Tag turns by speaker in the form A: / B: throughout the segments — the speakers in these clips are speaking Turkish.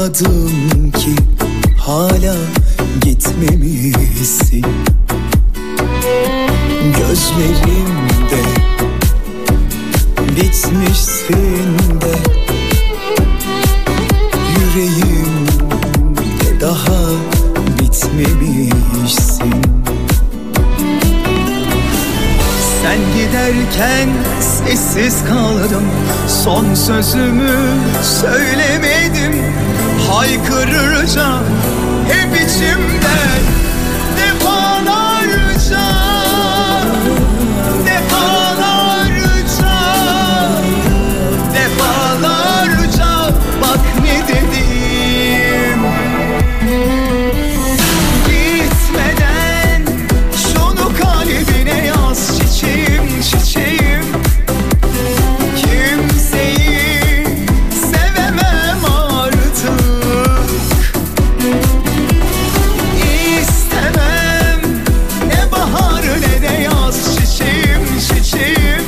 A: anladım ki hala gitmemişsin. Gözlerimde bitmişsin de, yüreğimde daha bitmemişsin. Sen giderken sessiz kaldım, son sözümü söylemedim. Haykırırca hep içimden defalarca, defalarca, defalarca bak ne dedim. Gitmeden şunu kalbine yaz çiçeğim, çiçeğim. Kimseyi sevemem artık. İstemem ne bahar ne de yaz çiçeğim, çiçeğim.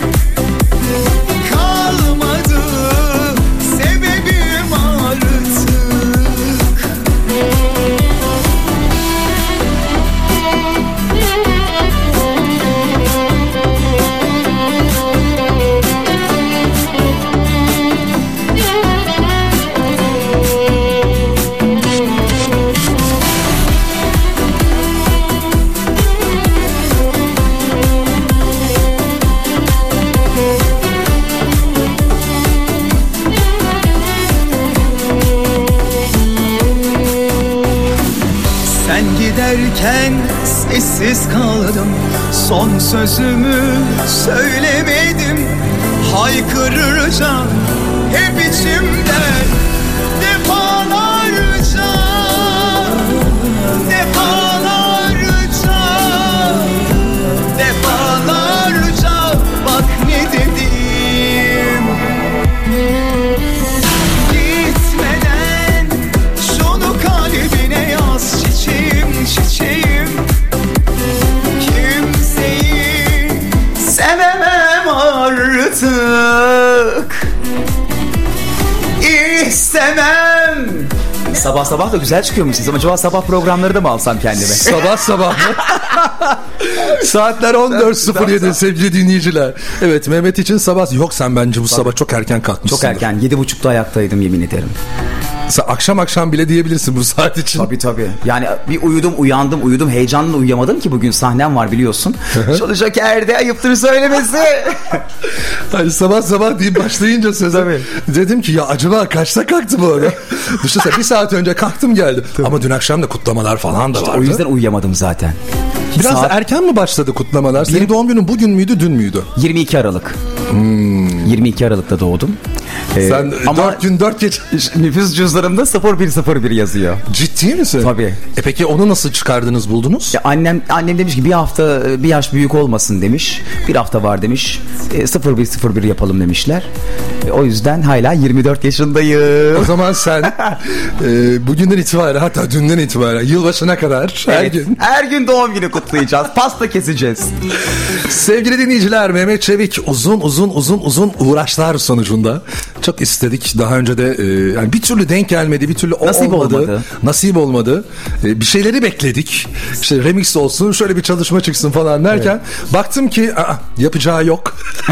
A: Kalmadı sebebim artık. Sen giderken sessiz kaldım, son sözümü söylemedim. Haykırırca hep içimden defalarca, defalarca, defalarca bak ne dedim. Gitmeden şunu kalbine yaz çiçeğim, çiçeğim. Kimseyi sevemem artık. İstemem.
B: Sabah sabah da güzel çıkıyormuşsunuz. Acaba sabah programları da mı alsam kendime?
C: Sabah sabah mı? Saatler 14.07 sevgili dinleyiciler. Evet, Mehmet için sabah. Yok, sen bence bu sabah çok erken kalkmışsın.
B: Çok erken. 7.30'da ayaktaydım yemin ederim.
C: Sen akşam bile diyebilirsin bu saat için.
B: Tabii. Yani bir uyandım. Heyecanla uyuyamadım ki bugün sahnem var biliyorsun. Joker'de ayıptır söylemesi.
C: Hani sabah deyip başlayınca söze dedim ki ya acaba kaçta kalktı bu arada? Düşünsene, bir saat önce kalktım geldim. Ama dün akşam da kutlamalar falan da vardı.
B: O yüzden uyuyamadım zaten.
C: Biraz da erken mi başladı kutlamalar? Senin doğum günün bugün müydü, dün müydü?
B: 22 Aralık. 22 Aralık'ta doğdum.
C: Sen
B: ama
C: 4 gün 4 gece
B: nüfus cüzdanımda 0101 yazıyor.
C: Ciddi misin?
B: Tabii.
C: Peki onu nasıl çıkardınız, buldunuz?
B: Ya annem demiş ki bir hafta bir yaş büyük olmasın demiş. Bir hafta var demiş. 0101 yapalım demişler. O yüzden hala 24 yaşındayım.
C: O zaman sen bugünden itibaren, hatta dünden itibaren yılbaşına kadar
B: her gün doğum günü kutlayacağız. Pasta keseceğiz.
C: Sevgili dinleyiciler, Mehmet Çevik uzun uğraşlar sonucunda çok istedik. Daha önce de yani bir türlü denk gelmedi, bir türlü nasip olmadı. Bir şeyleri bekledik. İşte remix olsun, şöyle bir çalışma çıksın falan derken baktım ki yapacağı yok.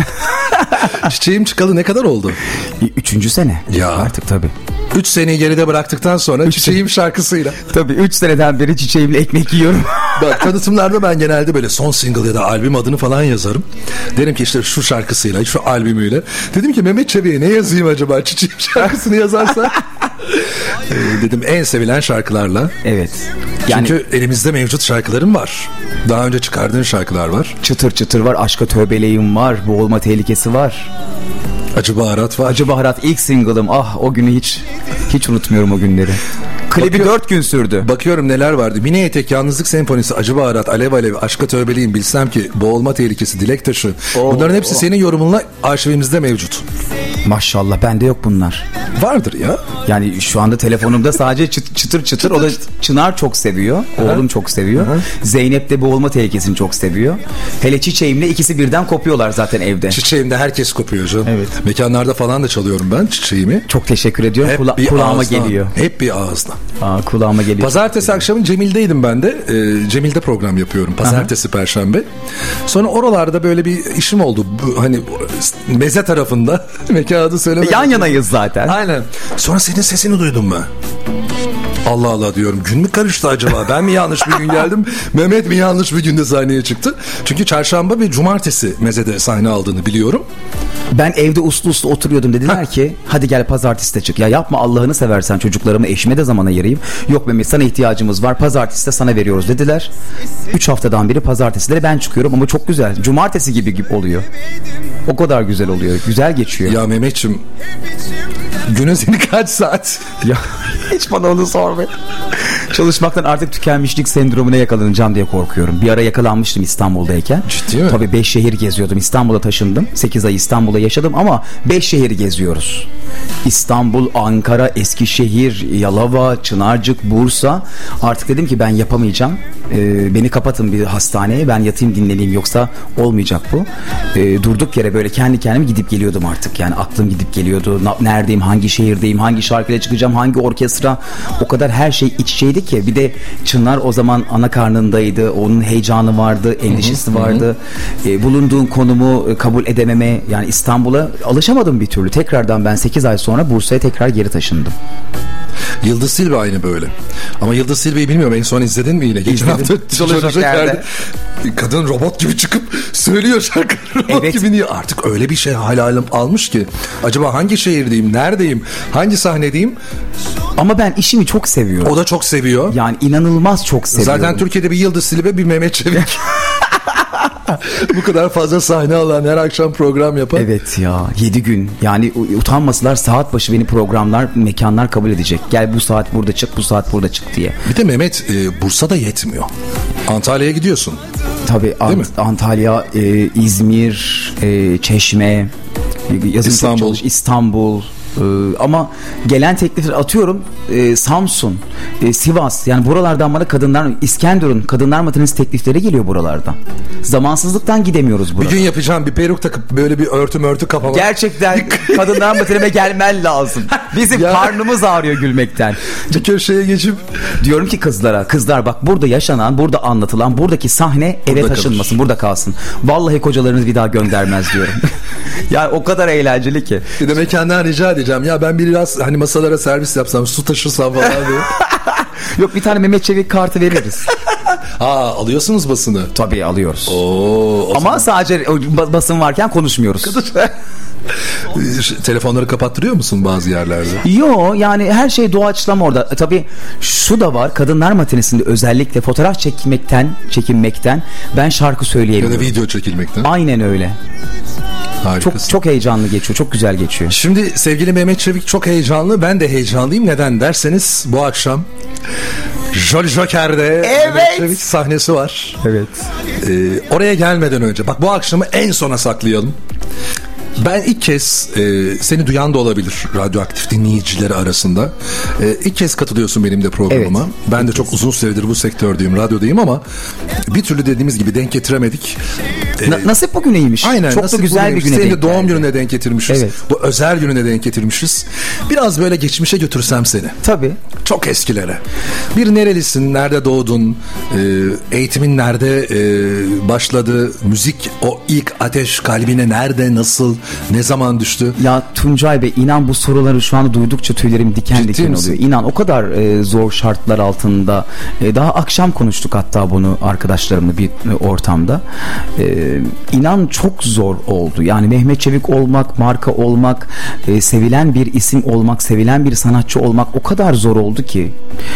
C: Çiçeğim çıkalı ne kadar oldu?
B: 3. sene.
C: Ya
B: artık tabii.
C: 3 seneyi geride bıraktıktan sonra Çiçeğim şarkısıyla.
B: Tabii 3 seneden beri çiçeğimle ekmek yiyorum.
C: Bak, tanıtımlarda ben genelde böyle son single ya da albüm adını falan yazarım. Derim ki işte şu şarkısıyla, şu albümüyle. Dedim ki Mehmet Çevik'e ne yazayım acaba? Çiçeğim şarkısını yazarsa. Dedim en sevilen şarkılarla.
B: Evet.
C: Yani, çünkü elimizde mevcut şarkılarım var. Daha önce çıkardığın şarkılar var.
B: Çıtır çıtır var, Aşka Tövbeleyim var, Boğulma Tehlikesi var.
C: Acı Baharat var.
B: Acı Baharat ilk single'ım. O günü hiç unutmuyorum o günleri. Klibi 4 gün sürdü.
C: Bakıyorum neler vardı. Mini Etek, Yalnızlık Senfonisi, Acı Baharat, Alev Alev, Aşka Tövbeliyim, Bilsem Ki, Boğulma Tehlikesi, Dilek Taşı. Bunların hepsi senin yorumunla arşivimizde mevcut.
B: Maşallah bende yok bunlar.
C: Vardır ya.
B: Yani şu anda telefonumda sadece çıtır çıtır. O da Çınar çok seviyor. Oğlum çok seviyor. Zeynep de boğulma tehlikesini çok seviyor. Hele Çiçeğim'le ikisi birden kopuyorlar zaten evde.
C: Çiçeğim'de herkes kopuyor canım.
B: Evet.
C: Mekanlarda falan da çalıyorum ben Çiçeğim'i.
B: Çok teşekkür ediyorum. Kulağıma ağızdan geliyor.
C: Hep bir ağızdan.
B: Kulağıma geliyor.
C: Pazartesi akşamı Cemil'deydim ben de. Cemil'de program yapıyorum. Pazartesi, Perşembe. Sonra oralarda böyle bir işim oldu. Hani meze tarafında. Mekan adı söylemedim.
B: Yan yanayız zaten.
C: Aynen. Sonra senin sesini duydum ben. Allah Allah diyorum. Gün mü karıştı acaba? Ben mi yanlış bir gün geldim? Mehmet mi yanlış bir günde sahneye çıktı? Çünkü çarşamba ve cumartesi mezede sahne aldığını biliyorum.
B: Ben evde uslu uslu oturuyordum. Dediler ki hadi gel pazartesi de çık. Ya yapma Allah'ını seversen, çocuklarımı, eşime de zaman ayırayım. Yok Mehmet, sana ihtiyacımız var. Pazartesi de sana veriyoruz dediler. 3 haftadan beri pazartesileri ben çıkıyorum ama çok güzel. Cumartesi gibi oluyor. O kadar güzel oluyor. Güzel geçiyor.
C: Ya Mehmetciğim, günün seni kaç saat?
B: Ya hiç bana onu sorma. Çalışmaktan artık tükenmişlik sendromuna yakalanacağım diye korkuyorum. Bir ara yakalanmıştım İstanbul'dayken.
C: Ciddi mi?
B: Tabii 5 şehir geziyordum. İstanbul'a taşındım. 8 ay İstanbul'da yaşadım ama 5 şehri geziyoruz. İstanbul, Ankara, Eskişehir, Yalova, Çınarcık, Bursa. Artık dedim ki ben yapamayacağım. Beni kapatın bir hastaneye. Ben yatayım, dinleneyim, yoksa olmayacak bu. Durduk yere böyle kendi kendime gidip geliyordum artık. Yani aklım gidip geliyordu. Neredeyim, hangi şehirdeyim, hangi şarkıyla çıkacağım, hangi orkestra. O kadar her şey iç içeydi ki. Bir de Çınar o zaman ana karnındaydı. Onun heyecanı vardı, endişesi vardı. Bulunduğum konumu kabul edememe, yani İstanbul'a alışamadım bir türlü. Tekrardan ben 8 ay sonra Bursa'ya tekrar geri taşındım.
C: Yıldız Silve aynı böyle. Ama Yıldız Silve'yi bilmiyorum, en son izledin mi yine? Geçen hafta çalışacak yerde. Kadın robot gibi çıkıp söylüyor şarkıları. Robot gibi niye? Artık öyle bir şey halim almış ki. Acaba hangi şehirdeyim, neredeyim, hangi sahnedeyim?
B: Ama ben işimi çok seviyorum.
C: O da çok seviyor.
B: Yani inanılmaz çok seviyorum.
C: Zaten Türkiye'de bir Yıldız Silve, bir Mehmet Çevik. Bu kadar fazla sahne alan, her akşam program yapan.
B: Evet ya, 7 gün. Yani utanmasalar saat başı beni programlar, mekanlar kabul edecek. Gel bu saat burada çık, bu saat burada çık diye.
C: Bir de Mehmet, Bursa'da yetmiyor. Antalya'ya gidiyorsun.
B: Tabii Antalya, İzmir, Çeşme,
C: İstanbul.
B: İstanbul. Ama gelen teklifleri atıyorum, Samsun, Sivas, yani buralardan bana İskenderun kadınlar matinesi teklifleri geliyor buralardan. Zamansızlıktan gidemiyoruz burada.
C: Bir gün yapacağım, bir peruk takıp böyle bir örtü kafama.
B: Gerçekten kadınlar matineme gelmen lazım. Bizim karnımız ağrıyor gülmekten.
C: Bir köşeye geçip
B: diyorum ki kızlar bak, burada yaşanan, burada anlatılan, buradaki sahne eve burada taşınmasın, kalır, burada kalsın. Vallahi kocalarınız bir daha göndermez diyorum. Yani o kadar eğlenceli ki.
C: Bir de mekandan rica edeceğim. Ya ben biraz hani masalara servis yapsam, su taşırsam falan diye.
B: Yok, bir tane Mehmet Çevik kartı veririz.
C: Alıyorsunuz basını.
B: Tabii alıyoruz.
C: Ama
B: zaman sadece basın varken konuşmuyoruz.
C: Telefonları kapattırıyor musun bazı yerlerde?
B: Yo, yani her şey doğaçlama orada. Tabii şu da var, kadınlar matinesinde özellikle fotoğraf çekinmekten ben şarkı söyleyemiyorum.
C: Ya da video çekilmekten.
B: Aynen öyle. Çok heyecanlı geçiyor. Çok güzel geçiyor.
C: Şimdi sevgili Mehmet Çevik çok heyecanlı. Ben de heyecanlıyım. Neden derseniz bu akşam Jolly Joker'de Mehmet Çevik sahnesi var.
B: Evet.
C: Oraya gelmeden önce bak, bu akşamı en sona saklayalım. Ben ilk kez seni duyan da olabilir radyoaktif dinleyicileri arasında. İlk kez katılıyorsun benim de programıma. Evet, ben de çok uzun süredir bu sektördeyim, radyodayım ama bir türlü dediğimiz gibi denk getiremedik.
B: Nasip bugüneymiş.
C: Aynen.
B: Çok da güzel bir güne
C: denk. Senin de doğum gününe denk getirmişiz.
B: Evet.
C: Bu özel gününe denk getirmişiz. Biraz böyle geçmişe götürsem seni.
B: Tabii.
C: Çok eskilere. Bir nerelisin, nerede doğdun, eğitimin nerede başladı, müzik o ilk ateş kalbine nerede, nasıl, ne zaman düştü? Ya
B: Tuncay Bey, inan bu soruları şu anda duydukça tüylerim diken diken oluyor. İnan o kadar zor şartlar altında. Daha akşam konuştuk hatta bunu arkadaşlarımla bir ortamda. İnan çok zor oldu. Yani Mehmet Çevik olmak, marka olmak, sevilen bir isim olmak, sevilen bir sanatçı olmak o kadar zor oldu ki.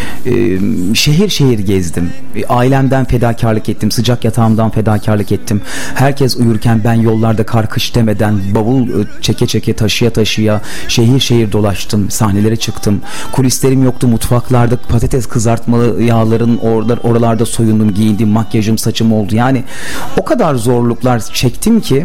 B: Şehir şehir gezdim. Ailemden fedakarlık ettim. Sıcak yatağımdan fedakarlık ettim. Herkes uyurken ben yollarda kar kış demeden bavul çeke çeke, taşıya taşıya şehir şehir dolaştım, sahnelere çıktım. Kulislerim yoktu, mutfaklarda patates kızartmalı yağların oralarda soyundum, giyindim, makyajım, saçım oldu. Yani o kadar zorluklar çektim ki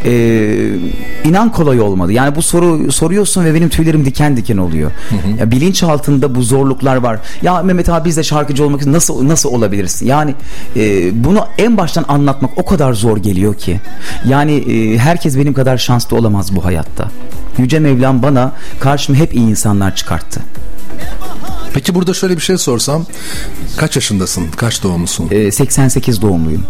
B: inan kolay olmadı. Yani bu soruyorsun ve benim tüylerim diken diken oluyor. Ya bilinç altında bu zorluklar var. Ya Mehmet abi biz de şarkıcı olmak için nasıl olabilirsin? Yani bunu en baştan anlatmak o kadar zor geliyor ki. Yani herkes benim kadar şanslı olamaz bu hayatta. Yüce Mevlam bana karşıma hep iyi insanlar çıkarttı.
C: Peki burada şöyle bir şey sorsam, kaç yaşındasın? Kaç doğumlusun?
B: 88 doğumluyum.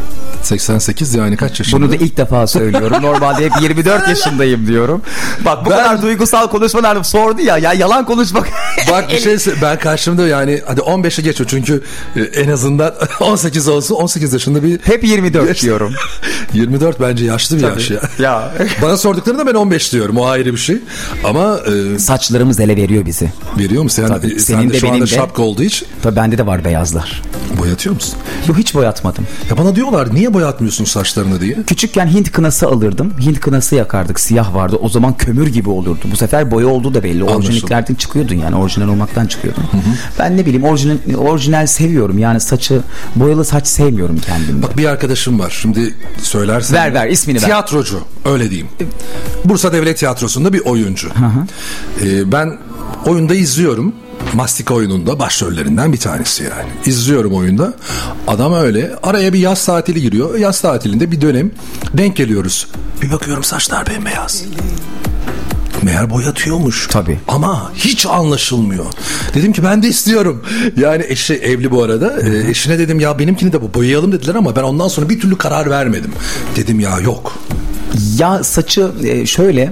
C: 88 yani kaç yaşında?
B: Bunu da ilk defa söylüyorum. Normalde hep 24 yaşındayım diyorum. Bak bu kadar duygusal konuşmalar sordu ya yalan konuşmak.
C: Bak bir şey ben karşımda yani hadi 15'e geçiyor çünkü en azından 18 olsun, 18 yaşında bir...
B: Hep 24 diyorum.
C: 24 bence yaşlı bir yaş ya.
B: Ya.
C: Bana sorduklarında ben 15 diyorum, o ayrı bir şey. Ama...
B: saçlarımız ele veriyor bizi.
C: Veriyor musun? Yani, sen de şu anda şapka olduğu için.
B: Tabii bende de var beyazlar.
C: Boyatıyor musun?
B: Yok, hiç boyatmadım.
C: Ya bana diyorlar niye boyatmıyorsun saçlarını diye.
B: Küçükken Hint kınası alırdım. Hint kınası yakardık. Siyah vardı. O zaman kömür gibi olurdu. Bu sefer boya olduğu da belli. Orijinalliklerden çıkıyordun yani. Orijinal olmaktan çıkıyordun. Ben ne bileyim orijinal seviyorum. Yani boyalı saç sevmiyorum kendimde.
C: Bak bir arkadaşım var. Şimdi söylersen.
B: Ver ismini ver.
C: Tiyatrocu öyle diyeyim. Bursa Devlet Tiyatrosu'nda bir oyuncu. Ben oyunda izliyorum. Mastika oyununda başrollerinden bir tanesi yani. İzliyorum oyunda. Adam öyle. Araya bir yaz tatili giriyor. Yaz tatilinde bir dönem denk geliyoruz. Bir bakıyorum saçlar bembeyaz. Meğer boyatıyormuş.
B: Tabii.
C: Ama hiç anlaşılmıyor. Dedim ki ben de istiyorum. Yani eşi evli bu arada. Eşine dedim ya benimkini de boyayalım dediler ama ben ondan sonra bir türlü karar vermedim. Dedim ya yok.
B: Ya saçı şöyle...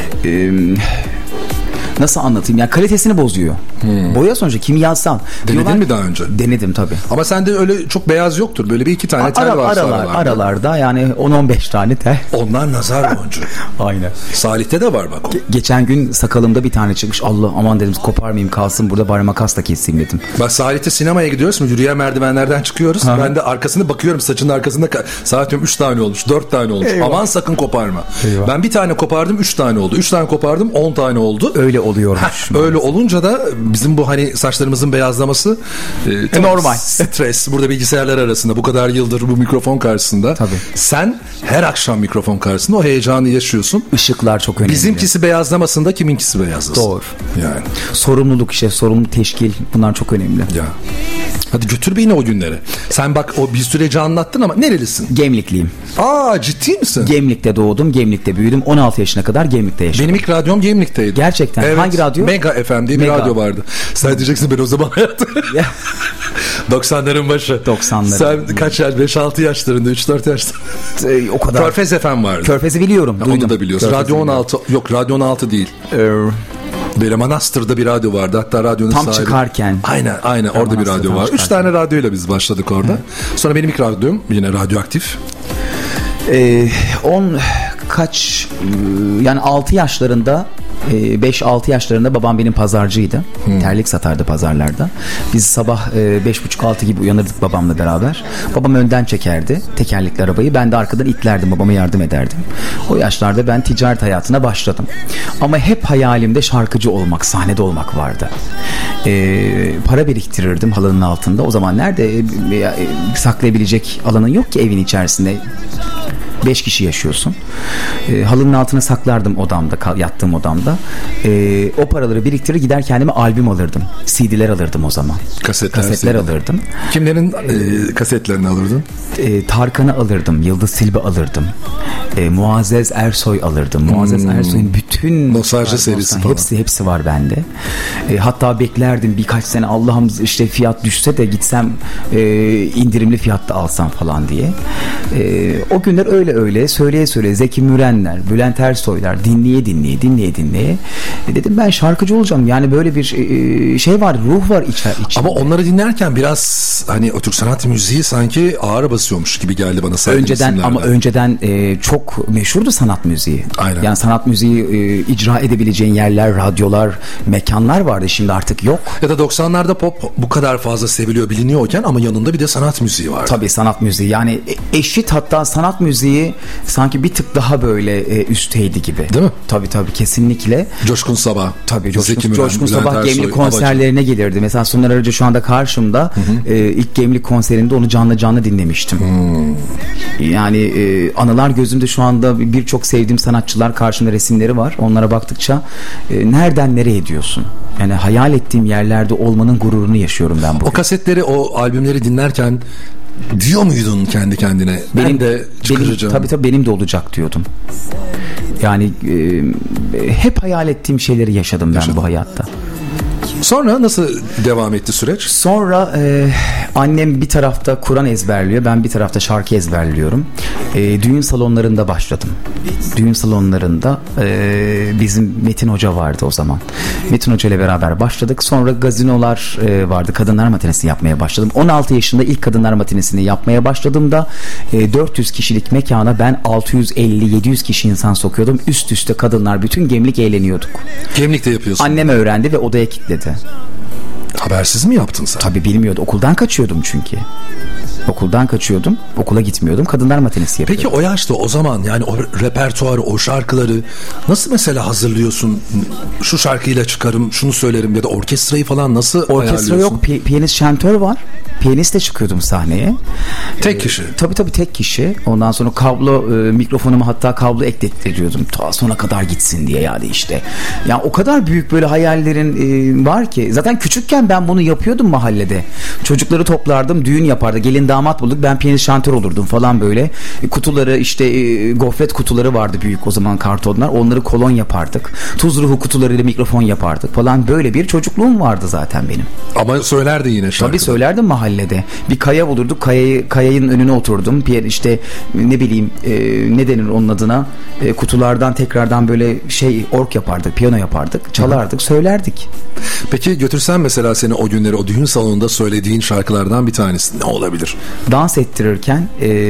B: nasıl anlatayım? Yani kalitesini bozuyor. Boya sonuçta kimyasal.
C: Denedin mi daha önce?
B: Denedim tabii.
C: Ama sende öyle çok beyaz yoktur. Böyle bir iki tane tel var.
B: Aralarda yani 10-15 tane tel.
C: Onlar nazar boncuğu.
B: Aynen.
C: Salih'te de var bak o.
B: Geçen gün sakalımda bir tane çıkmış. Allah aman dedim koparmayayım kalsın burada bari makasla keseyim dedim.
C: Bak Salih'te sinemaya gidiyoruz mu? Yürüyen merdivenlerden çıkıyoruz. Ben de arkasını bakıyorum saçının arkasında. Saat 3 tane olmuş 4 tane olmuş. Eyvah. Aman sakın koparma. Eyvah. Ben bir tane kopardım 3 tane oldu. 3 tane kopardım 10 tane oldu.
B: Öyle oluyormuş.
C: Öyle olunca da bizim bu hani saçlarımızın beyazlaması
B: normal.
C: Stres. Burada bilgisayarlar arasında bu kadar yıldır bu mikrofon karşısında.
B: Tabii.
C: Sen her akşam mikrofon karşısında o heyecanı yaşıyorsun.
B: Işıklar çok önemli.
C: Bizimkisi beyazlamasında kiminkisi beyazlasın.
B: Doğru.
C: Yani.
B: Sorumluluk sorumluluk teşkil bunlar çok önemli.
C: Ya. Hadi götür beni o günlere. Sen bak o bir süreci anlattın ama nerelisin?
B: Gemlikliyim.
C: Aa ciddi misin?
B: Gemlik'te doğdum, Gemlik'te büyüdüm. 16 yaşına kadar Gemlik'te yaşadım.
C: Benim ilk radyom Gemlik'teydi.
B: Gerçekten.
C: Evet.
B: Hangi radyo?
C: Mega FM diye bir radyo vardı. Sen diyeceksin ben o zaman hayatım. 90'ların başı.
B: 90'ların.
C: Sen kaç yaş? 5-6 yaşlarında, 3-4 yaşlarında.
B: O kadar.
C: Körfez FM vardı.
B: Körfez'i biliyorum.
C: Ya, onu da biliyorsun.
B: Körfez'i
C: Radyo 16. Yok Radyo 16 değil. Böyle Manastır'da bir radyo vardı. Hatta radyonun
B: tam
C: sahibi.
B: Çıkarken.
C: Aynen orada bir radyo var. 3 tane radyoyla biz başladık orada. Sonra benim ilk radyom yine radyoaktif.
B: 6 yaşlarında 5-6 yaşlarında babam benim pazarcıydı. Terlik satardı pazarlarda. Biz sabah 5.30-6 gibi uyanırdık babamla beraber. Babam önden çekerdi tekerlekli arabayı. Ben de arkadan itlerdim. Babama yardım ederdim. O yaşlarda ben ticaret hayatına başladım. Ama hep hayalimde şarkıcı olmak, sahnede olmak vardı. Para biriktirirdim halının altında. O zaman nerede saklayabilecek alanın yok ki evin içerisinde. 5 kişi yaşıyorsun. Halının altına saklardım odamda, yattığım odamda. O paraları biriktirir gider kendime albüm alırdım. CD'ler alırdım o zaman. Kasetler alırdım.
C: Kimlerin kasetlerini alırdın?
B: Tarkan'ı alırdım. Yıldız Silbe alırdım. Muazzez Ersoy alırdım. Muazzez Ersoy'un bütün
C: nostalji serisi falan.
B: Hepsi var bende. Hatta beklerdim birkaç sene Allah'ım işte fiyat düşse de gitsem indirimli fiyatta alsam falan diye. O günler öyle söyleye Zeki Mürenler, Bülent Ersoylar dinleye dedim ben şarkıcı olacağım. Yani böyle bir şey var, ruh var içinde.
C: Ama onları dinlerken biraz hani o Türk sanat müziği sanki ağır basıyormuş gibi geldi bana.
B: Önceden çok meşhurdu sanat müziği.
C: Aynen.
B: Yani sanat müziği icra edebileceğin yerler, radyolar, mekanlar vardı. Şimdi artık yok.
C: Ya da 90'larda pop bu kadar fazla seviliyor, biliniyorken ama yanında bir de sanat müziği var.
B: Tabii sanat müziği. Yani eşit hatta sanat müziği sanki bir tık daha böyle üstteydi gibi.
C: Değil mi?
B: Tabii kesinlikle.
C: Coşkun Sabah.
B: Tabii
C: Zeki
B: Coşkun
C: Müren,
B: Sabah
C: Bülent
B: Gemlik
C: Ersoy,
B: konserlerine gelirdi. Mesela Soner Arıcı şu anda karşımda. İlk Gemlik konserinde onu canlı dinlemiştim. Yani anılar gözümde şu anda, birçok sevdiğim sanatçılar karşımda, resimleri var. Onlara baktıkça nereden nereye diyorsun? Yani hayal ettiğim yerlerde olmanın gururunu yaşıyorum ben bugün.
C: O kasetleri, o albümleri dinlerken diyor muydun kendi kendine? Ben de çıkaracağım.
B: Tabii benim de olacak diyordum. Yani hep hayal ettiğim şeyleri yaşadım ben bu hayatta.
C: Sonra nasıl devam etti süreç?
B: Sonra annem bir tarafta Kur'an ezberliyor, ben bir tarafta şarkı ezberliyorum. Düğün salonlarında başladım. Düğün salonlarında bizim Metin Hoca vardı o zaman. Metin Hoca ile beraber başladık. Sonra gazinolar vardı. Kadınlar matinesi yapmaya başladım. 16 yaşında ilk kadınlar matinesini yapmaya başladığımda 400 kişilik mekana ben 650-700 kişi insan sokuyordum. Üst üste kadınlar, bütün Gemlik eğleniyorduk.
C: Gemlik'te yapıyorsun.
B: Annem öğrendi ve odaya kilitledi.
C: Habersiz mi yaptın sen?
B: Tabii bilmiyordu. Okuldan kaçıyordum çünkü. Okuldan kaçıyordum. Okula gitmiyordum. Kadınlar matinesi yapıyordum.
C: Peki o yaşta, o zaman yani o repertuarı, o şarkıları nasıl mesela hazırlıyorsun? Şu şarkıyla çıkarım, şunu söylerim, ya da orkestrayı falan nasıl ayarlıyorsun?
B: Orkestra yok. Piyanist, şantör var. Piyanistle çıkıyordum sahneye.
C: Tek kişi.
B: Tabii tek kişi. Ondan sonra kablo, mikrofonuma hatta kablo eklettiriyordum. Ta sona kadar gitsin diye yani işte. Yani o kadar büyük böyle hayallerin var ki. Zaten küçükken ben bunu yapıyordum mahallede. Çocukları toplardım, düğün yapardı. Gelin damat bulduk. Ben piyanist, şantör olurdum falan böyle. Kutuları işte gofret kutuları vardı büyük o zaman, kartonlar. Onları kolon yapardık. Tuz ruhu kutularıyla mikrofon yapardık falan. Böyle bir çocukluğum vardı zaten benim.
C: Ama söylerdin yine şarkı.
B: Tabii söylerdim mahallede. Bir kaya bulurduk. Kayayın önüne oturdum. İşte ne bileyim ne denir onun adına? Kutulardan tekrardan böyle ork yapardık. Piyano yapardık. Çalardık. Söylerdik.
C: Peki götürsen mesela seni o günleri, o düğün salonunda söylediğin şarkılardan bir tanesi ne olabilir?
B: Dans ettirirken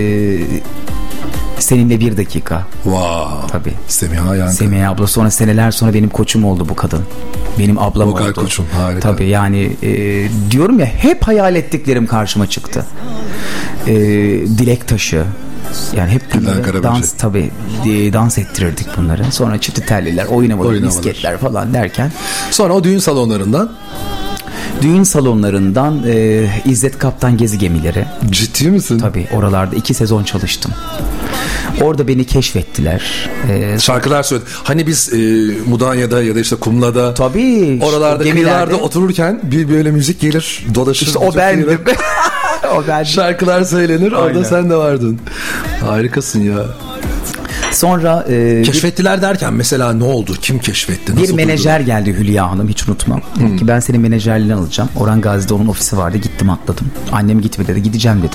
B: Seninle Bir Dakika.
C: Wow.
B: Tabii.
C: Semiha Yankı.
B: Semiha abla sonra seneler sonra benim koçum oldu bu kadın. Benim ablam
C: Vokal
B: oldu.
C: koçum, harika.
B: Tabii yani diyorum ya, hep hayal ettiklerim karşıma çıktı. Dilek Taşı. Yani hep bunları dans ettirirdik bunları. Sonra Çifti Telliler, Oynamalı Misketler falan derken.
C: Sonra o düğün salonlarından
B: İzzet Kaptan Gezi Gemileri.
C: Ciddi misin?
B: Tabii oralarda 2 sezon çalıştım. Orada beni keşfettiler.
C: Şarkılar söyledi. Hani biz Mudanya'da ya da işte Kumla'da,
B: tabii,
C: oralarda kıyılarda otururken bir böyle müzik gelir, dolaşır.
B: İşte o bendim. O bendim.
C: Şarkılar söylenir. Aynen. Orada sen de vardın. Harikasın ya.
B: Sonra
C: keşfettiler derken mesela ne oldu? Kim keşfetti? Nasıl
B: bir menajer geldi, Hülya Hanım, hiç unutmam. Dedi ki ben senin menajerliğini alacağım. Orhan Gazi'de onun ofisi vardı. Gittim, atladım. Annem gitme dedi. Gideceğim dedim.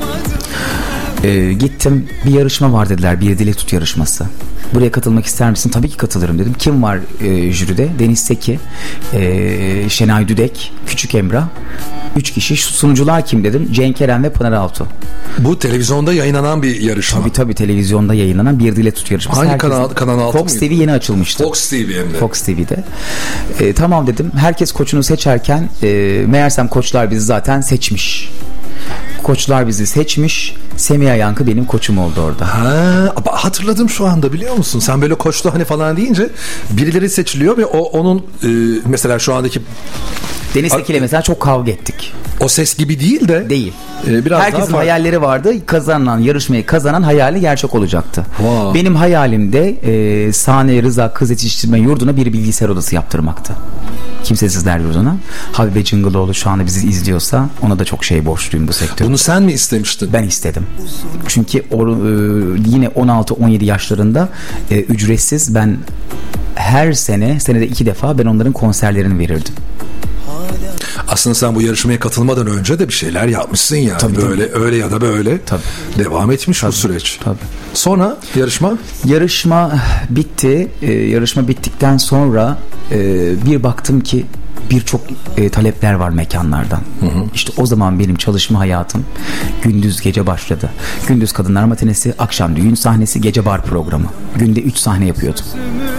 B: Gittim, bir yarışma var dediler, bir Dilek Tut yarışması. Buraya katılmak ister misin? Tabii ki katılırım dedim. Kim var jüride? Deniz Seki, Şenay Düdek, Küçük Emrah. 3 kişi. Sunucular kim dedim? Cenk Eren ve Pınar Altuğ.
C: Bu televizyonda yayınlanan bir yarışma.
B: Tabii televizyonda yayınlanan bir Dilek Tut yarışması.
C: Hangi kanal 6
B: Fox TV yeni açılmıştı.
C: Fox TV hem de.
B: Fox TV'de. Tamam dedim. Herkes koçunu seçerken meğersem koçlar bizi zaten seçmiş. Koçlar bizi seçmiş. Semiha Yankı benim koçum oldu orada.
C: Hatırladım şu anda, biliyor musun? Sen böyle koçlu hani falan deyince birileri seçiliyor ve onun mesela şu andaki
B: Deniz Tekin'le mesela çok kavga ettik.
C: O ses gibi değil de.
B: Değil.
C: Biraz
B: herkesin hayalleri vardı. Yarışmayı kazanan hayali gerçek olacaktı.
C: Wow.
B: Benim hayalimde Saniye Rıza Kız Yetiştirme Yurdu'na bir bilgisayar odası yaptırmaktı. Kimsesizler Yurdu'na. Habibe Cıngıloğlu şu anda bizi izliyorsa ona da çok borçluyum bu sektörde.
C: Bunu sen mi istemiştin?
B: Ben istedim. Çünkü yine 16-17 yaşlarında ücretsiz ben her senede 2 defa ben onların konserlerini verirdim.
C: Aslında sen bu yarışmaya katılmadan önce de bir şeyler yapmışsın yani.
B: Tabii.
C: Öyle ya da böyle.
B: Tabii.
C: Devam etmiş bu süreç.
B: Tabii.
C: Sonra yarışma
B: bitti. Yarışma bittikten sonra bir baktım ki birçok talepler var mekanlardan. İşte o zaman benim çalışma hayatım gündüz gece başladı. Gündüz kadınlar matinesi, akşam düğün sahnesi, gece bar programı. Günde 3 sahne yapıyordum.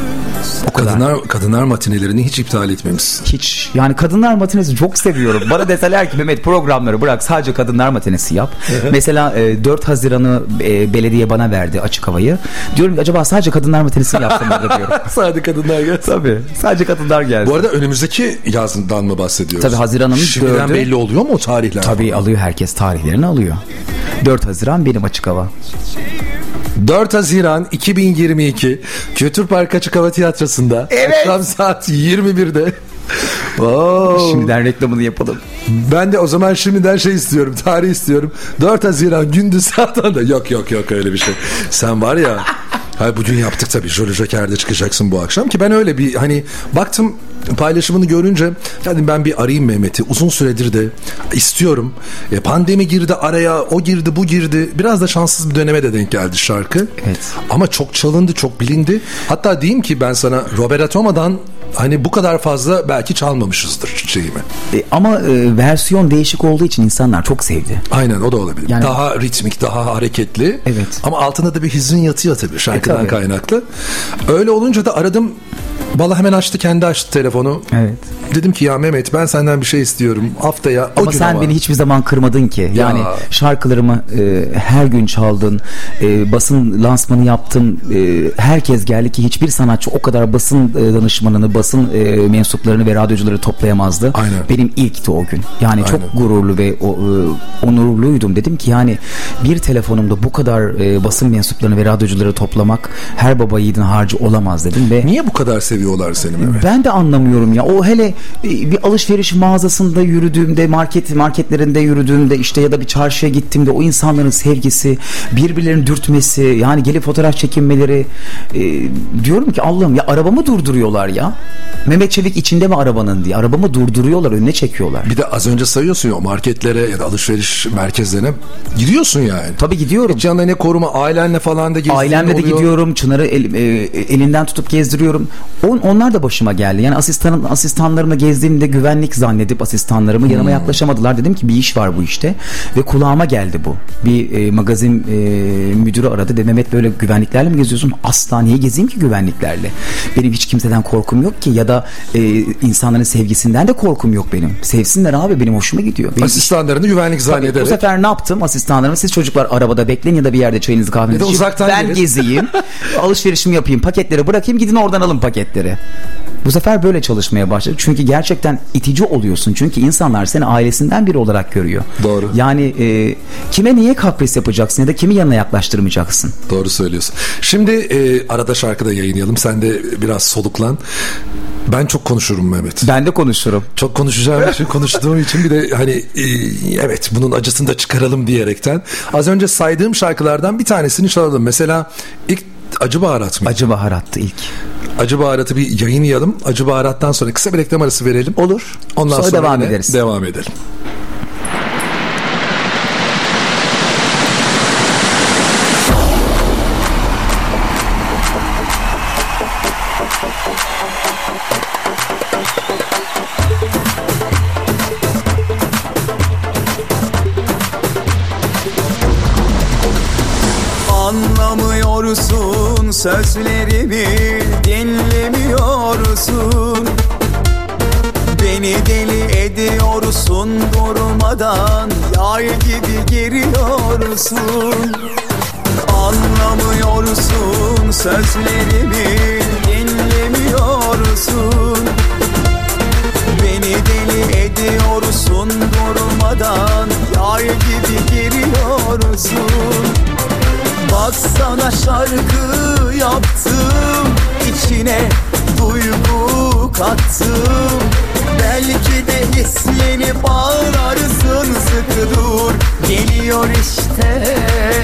B: O kadar.
C: Kadınlar matinelerini hiç iptal etmemişsin.
B: Hiç. Yani kadınlar matinesi çok seviyorum. Bana deseler ki Mehmet programları bırak sadece kadınlar matinesi yap. Mesela 4 Haziran'ı belediye bana verdi, açık havayı. Diyorum acaba sadece kadınlar matinesi yapsam mı diyorum.
C: Sadece kadınlar gelsin.
B: Tabii. Sadece kadınlar gelsin.
C: Bu arada önümüzdeki yazından mı bahsediyoruz?
B: Tabii Haziran'ın 4'ü.
C: Şimdiden belli oluyor mu o tarihler?
B: Tabii alıyor, herkes tarihlerini alıyor. 4 Haziran benim açık hava.
C: 4 Haziran 2022 Kültür Park Açık Hava Tiyatrosu'nda.
B: Evet.
C: Akşam saat 21'de. Oh.
B: Şimdiden reklamını yapalım.
C: Ben de o zaman şimdiden istiyorum, tarih istiyorum. 4 Haziran gündüz saat 10'da. Yok öyle bir şey. Sen var ya. Hayır, bugün yaptık tabii. Jolly Joker'de çıkacaksın bu akşam ki ben öyle bir baktım paylaşımını görünce dedim ben bir arayayım Mehmet'i. Uzun süredir de istiyorum. Pandemi girdi araya, o girdi, bu girdi. Biraz da şanssız bir döneme de denk geldi şarkı.
B: Evet.
C: Ama çok çalındı, çok bilindi. Hatta diyeyim ki ben sana Roberto Toma'dan bu kadar fazla belki çalmamışızdır şeyimi.
B: Ama versiyon değişik olduğu için insanlar çok sevdi.
C: Aynen, o da olabilir.
B: Yani,
C: daha ritmik, daha hareketli.
B: Evet.
C: Ama altında da bir hüzün yatıyor tabii şarkıdan kaynaklı. Öyle olunca da aradım. Vallahi hemen kendi açtı telefonu.
B: Evet.
C: Dedim ki ya Mehmet, ben senden bir şey istiyorum. Haftaya
B: ama sen beni hiçbir zaman kırmadın ki. Yani şarkılarımı her gün çaldın. Basın lansmanı yaptın. Herkes geldi ki hiçbir sanatçı o kadar basın danışmanını, basın mensuplarını ve radyocuları toplayamazdı.
C: Aynen.
B: Benim ilkti o gün. Yani çok gururlu ve onurluydum. Dedim ki yani bir telefonumda bu kadar basın mensuplarını ve radyocuları toplamak her baba yiğidin harcı olamaz dedim ve
C: niye bu kadar seviyorlar seni Mehmet?
B: Ben de anlamıyorum ya. O hele bir alışveriş mağazasında yürüdüğümde, marketlerinde yürüdüğümde işte ya da bir çarşıya gittiğimde o insanların sevgisi, birbirlerini dürtmesi, yani gelip fotoğraf çekinmeleri, diyorum ki Allah'ım ya, arabamı durduruyorlar ya. Mehmet Çevik içinde mi arabanın diye. Arabamı durduruyorlar, önüne çekiyorlar.
C: Bir de az önce sayıyorsun ya, marketlere ya da alışveriş merkezlerine gidiyorsun yani.
B: Tabii gidiyorum.
C: Hiç yanında ne koruma, ailenle falan da gezdiğin oluyor.
B: Ailemle de gidiyorum. Çınar'ı elinden tutup gezdiriyorum. Onlar da başıma geldi. Yani asistanlarımla gezdiğimde güvenlik zannedip asistanlarımı yanıma yaklaşamadılar. Dedim ki bir iş var bu işte. Ve kulağıma geldi bu. Bir magazin müdürü aradı. Dedi Mehmet, böyle güvenliklerle mi geziyorsun? Asla, niye gezeyim ki güvenliklerle? Benim hiç kimseden korkum yok ki, ya da insanların sevgisinden de korkum yok benim. Sevsinler abi, benim hoşuma gidiyor.
C: Asistanlarını güvenlik zannederek.
B: Bu sefer ne yaptım? Asistanlarım, siz çocuklar arabada bekleyin ya da bir yerde çayınızı kahvenizi içip ben gezeyim. Alışverişimi yapayım. Paketleri bırakayım. Gidin oradan alın paketleri. Bu sefer böyle çalışmaya başladık. Çünkü gerçekten itici oluyorsun. Çünkü insanlar seni ailesinden biri olarak görüyor.
C: Doğru.
B: Yani kime niye kapris yapacaksın ya da kimi yanına yaklaştırmayacaksın?
C: Doğru söylüyorsun. Şimdi arada şarkı da yayınlayalım. Sen de biraz soluklan. Ben çok konuşurum Mehmet.
B: Ben de konuşurum.
C: Çok konuşacağım için, konuştuğum için bir de evet, bunun acısını da çıkaralım diyerekten. Az önce saydığım şarkılardan bir tanesini çalalım. Mesela ilk Acı Baharat mı?
B: Acı Baharat'tı ilk.
C: Acı Baharat'ı bir yayınlayalım. Acı Baharat'tan sonra kısa bir reklam arası verelim.
B: Olur.
C: Ondan sonra
B: devam ederiz.
C: Devam edelim.
A: Anlamıyorsun sözlerimi, dinlemiyorsun. Beni deli ediyorsun durmadan, yay gibi geriyorsun. Anlamıyorsun sözlerimi, dinlemiyorsun. Beni deli ediyorsun durmadan, yay gibi geriyorsun. Bak sana şarkı yaptım, içine duygu kattım. Belki de hislenip ağlarsın, sıkı dur, geliyor işte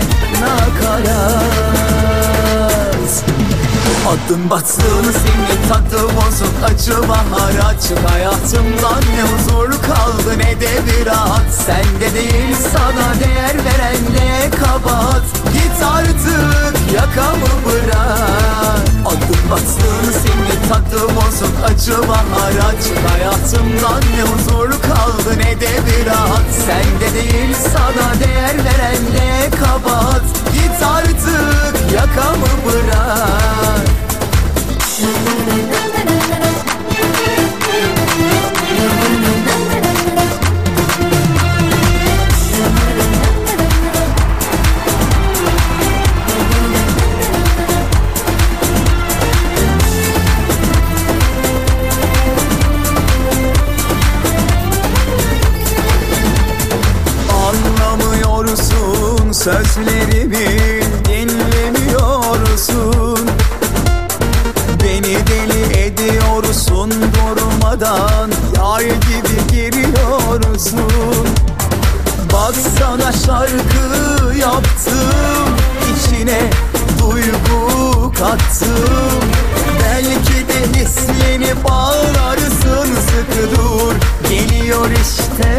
A: nakarat. Adım batsın, seni tadı bozuk, acı baharat. Çık hayatımdan, ne huzur kaldı ne de bir rahat. Sende değil, sana değer veren ne kabahat. Git artık, yakamı bırak. Adım batsın, seni tadı bozuk, acı baharat. Çık hayatımdan, ne huzur kaldı ne de bir rahat. Sende değil, sana değer veren ne kabahat. Git artık, yakamı bırak. Sözlerimi dinlemiyorsun. Beni deli ediyorsun durmadan. Yar gibi giriyorsun. Baksana şarkı yaptım, içine duygu kattım. Belki de hislenip ağlarsın, sıkı dur. Geliyor işte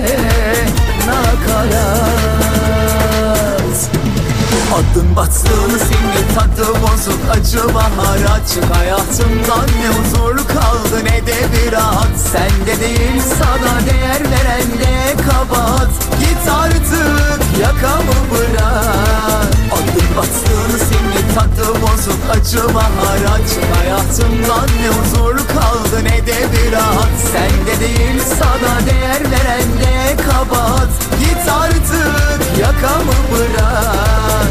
A: nakarat. Adım batsın senin tadı bozuk, acı bahar açık. Hayatımdan ne huzur kaldı ne de bir rahat. Sende değil sana değer veren de kabahat. Git artık yakamı bırak. Adım batsın senin tadı bozuk, acı bahar açık. Hayatımdan ne huzur kaldı ne de bir rahat. Sende değil sana değer veren de kabahat. Git artık yakamı bırak.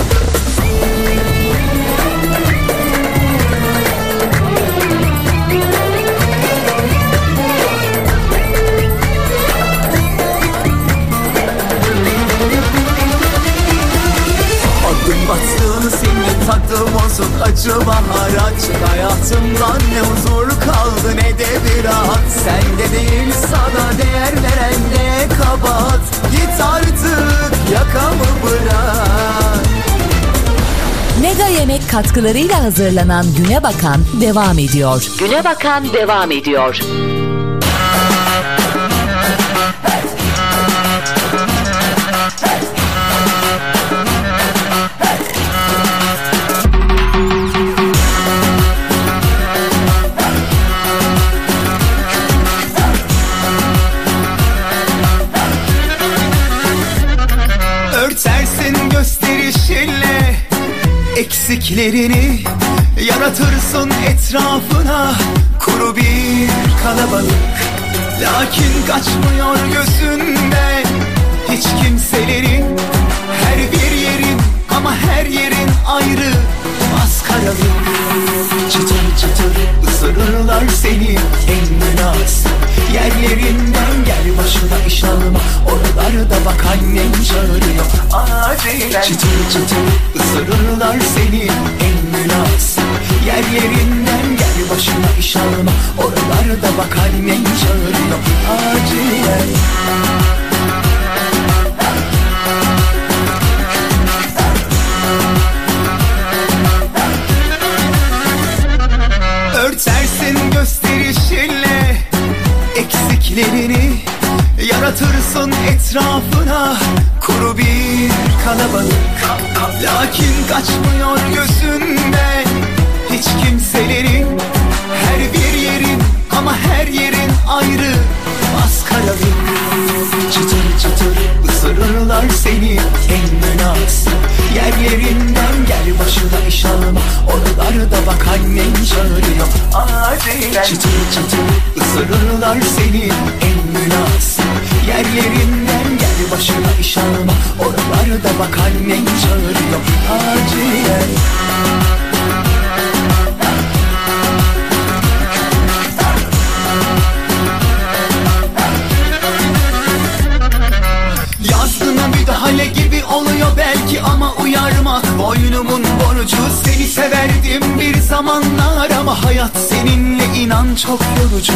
A: Adım batsın senin tadı bozuk, acı bahar açık. Hayatımdan ne huzur kaldı ne de bir rahat. Sende değil sana değer veren de kabahat. Git artık yakamı bırak.
D: Mega Yemek katkılarıyla hazırlanan Güne Bakan devam ediyor. Güne Bakan devam ediyor.
A: Örtersin gösterişinle eksiklerini, yaratırsın etrafına kuru bir kalabalık. Lakin kaçmıyor gözünden hiç kimselerin. Her bir yerin ama her yerin ayrı, maskaralık. Çıtır çıtır ısırırlar seni en münasip yerlerinden. Gel başına iş alma, oralarda bak annen çağırıyor acilen. Çıtır çıtır ısırırlar seni en münasip yerlerinden. Gel başına iş alma, oralarda bak annen çağırıyor acilen. Örtersin gösterişinle eksiklerini, yaratırsın etrafına kuru bir kalabalık. Lakin kaçmıyor gözünden hiç kimselerin. Her bir yerin ama her yerin ayrı, maskaralık. Çıtır çıtır ısırırlar seni en münasip yerlerinden. Gel başına iş alma, oralarda bak annen çağırıyor acilen. Çıtır çıtır ısırırlar seni en münasip yerlerinden. Gel başına iş alma, oralarda bak annen çağırıyor acilen. Yazdığına müdahale gibi oluyor belki ama uyarmak boynumun borcu. Seni severdim bir zamanlar ama hayat seninle inan çok yorucu.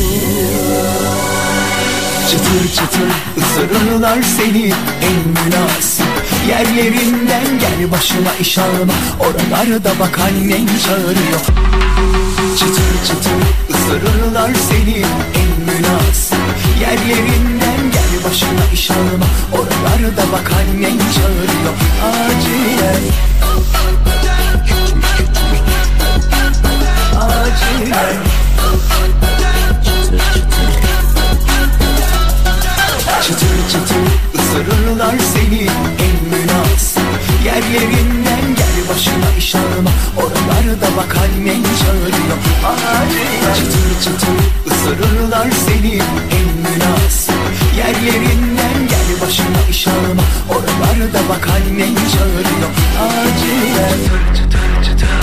A: Çıtır çıtır ısırırlar seni en münasip yerlerinden. Gel başına iş alma, oralarda bak annen çağırıyor. Çıtır çıtır ısırırlar seni en münasip yerlerinden. Gel başına iş alma, oralarda bak annen çağırıyor acilen. Acilen. Çıtır çıtır ısırırlar seni en münasip yerlerinden. Gel başına iş alma, oralarda bak annen çağırıyor. Çıtır çıtır ısırırlar seni en münasip yerlerinden, gel başıma iş alma. Oralarda bak annen çağırıyor acilen. Çıtır çıtır çıtır.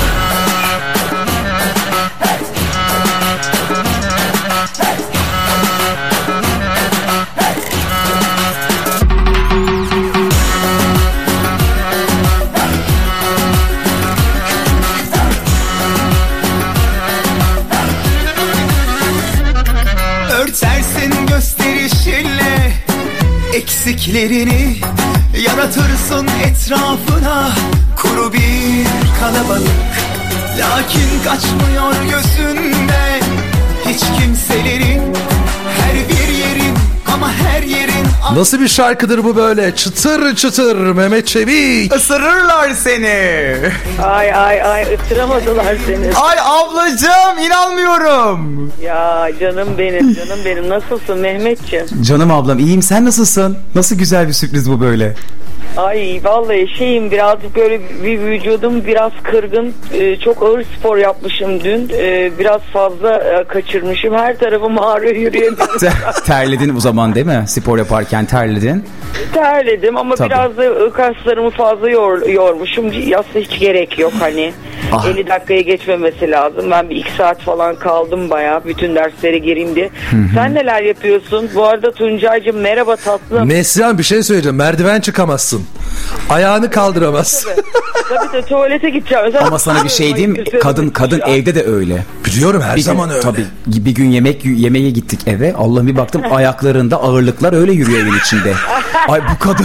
A: Örtersin gösterişinle eksiklerini, yaratırsın etrafına kuru bir kalabalık. Lakin kaçmıyor gözünden hiç kimselerin, her bir yerin ama her yerin.
C: Nasıl bir şarkıdır bu böyle? Çıtır çıtır Mehmet Çevik.
B: Isırırlar seni.
E: Ay ay ay, ısıramadılar seni.
B: Ay ablacığım, inanmıyorum.
E: Ya canım benim, canım benim. Nasılsın Mehmetciğim?
B: Canım ablam, iyiyim, sen nasılsın? Nasıl güzel bir sürpriz bu böyle.
E: Ay vallahi şeyim, birazcık böyle bir vücudum biraz kırgın. Çok ağır spor yapmışım dün. Biraz fazla kaçırmışım. Her tarafım ağrıyor, yürüyemiyorum.
B: Terledin o zaman değil mi? Spor yaparken terledin.
E: Terledim ama
B: tabii,
E: biraz da kaslarımı fazla yormuşum. Aslında hiç gerek yok hani. 50 dakikaya geçmemesi lazım. Ben bir 2 saat falan kaldım bayağı. Bütün derslere gireyim diye. Sen neler yapıyorsun? Bu arada Tuncay'cığım merhaba tatlım.
C: Neslihan, bir şey söyleyeceğim. Merdiven çıkamazsın. Ayağını kaldıramazsın.
E: Tabii de tuvalete gideceğim.
B: Ama sana bir şey diyeyim mi? Kadın evde de öyle.
C: Biliyorum, her zaman öyle.
B: Tabii. Bir gün yemeğe gittik eve. Allah'ım, bir baktım ayaklarında ağırlıklar öyle yürüyor evin içinde. Ay bu kadın.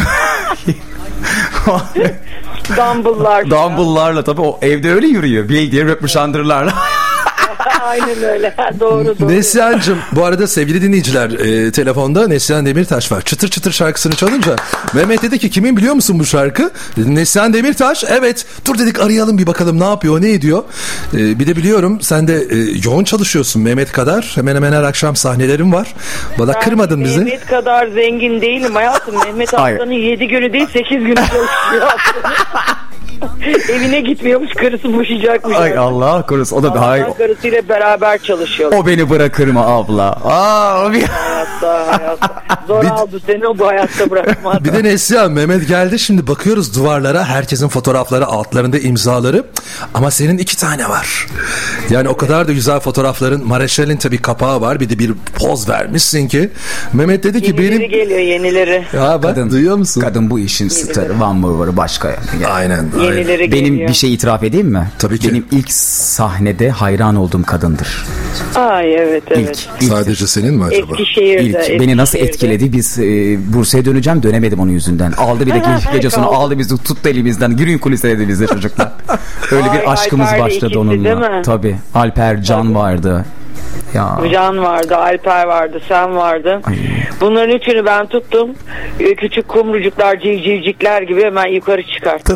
B: Dumbbell'larla tabii, o evde öyle yürüyor. Bildiğin röpmüşandırlarla.
E: Aynen öyle. Doğru.
C: Neslihan'cığım, bu arada sevgili dinleyiciler, telefonda Neslihan Demirtaş var. Çıtır çıtır şarkısını çalınca Mehmet dedi ki, kimin biliyor musun bu şarkı? Dedim, Neslihan Demirtaş. Evet, dur dedik arayalım bir bakalım ne yapıyor, ne ediyor. Bir de biliyorum sen de yoğun çalışıyorsun Mehmet kadar. Hemen hemen her akşam sahnelerin var. Valla kırmadın bizi.
E: Mehmet kadar zengin değilim hayatım. Mehmet haftanın 7 günü değil 8 günü çalışıyor. Evine gitmiyormuş, karısı boşayacakmış.
B: Ay Allah korusun, o da daha iyi.
E: Karısıyla beraber çalışıyor.
B: O beni bırakır mı abla?
E: Hayatta. Zor aldı seni, o bu hayatta bırakmadı.
C: Bir de Neslihan, Mehmet geldi, şimdi bakıyoruz duvarlara, herkesin fotoğrafları, altlarında imzaları, ama senin 2 tane var. Yani o kadar da güzel fotoğrafların. Mareşal'in tabii kapağı var, bir de bir poz vermişsin ki. Mehmet dedi ki
E: yenileri
C: benim...
E: geliyor, yenileri.
C: Ya bak, duyuyor musun?
B: Kadın bu işin starı, Van Mover'ı başka yani.
C: Aynen.
E: Yenileri
B: Benim
E: geliyor.
B: bir şey itiraf edeyim mi?
C: Tabii ki.
B: Benim ilk sahnede hayran olduğum kadındır.
E: Ay evet.
B: İlk.
C: Sadece senin mi acaba?
E: Eskişehir'de.
B: Beni nasıl etkiledi? Biz Bursa'ya döneceğim, dönemedim onun yüzünden. Aldı bir de gece sonu aldı bizi, tuttu elimizden. Yürüyün kuliseye dedi bize çocuklar. Öyle bir aşkımız
E: Alper
B: başladı
E: ikisi,
B: onunla. Tabii. Alper, Can vardı. Ya.
E: Can vardı, Alper vardı, sen vardın.
B: Ay.
E: Bunların üçünü ben tuttum. Küçük kumrucuklar, civcivcikler gibi hemen yukarı çıkarttım.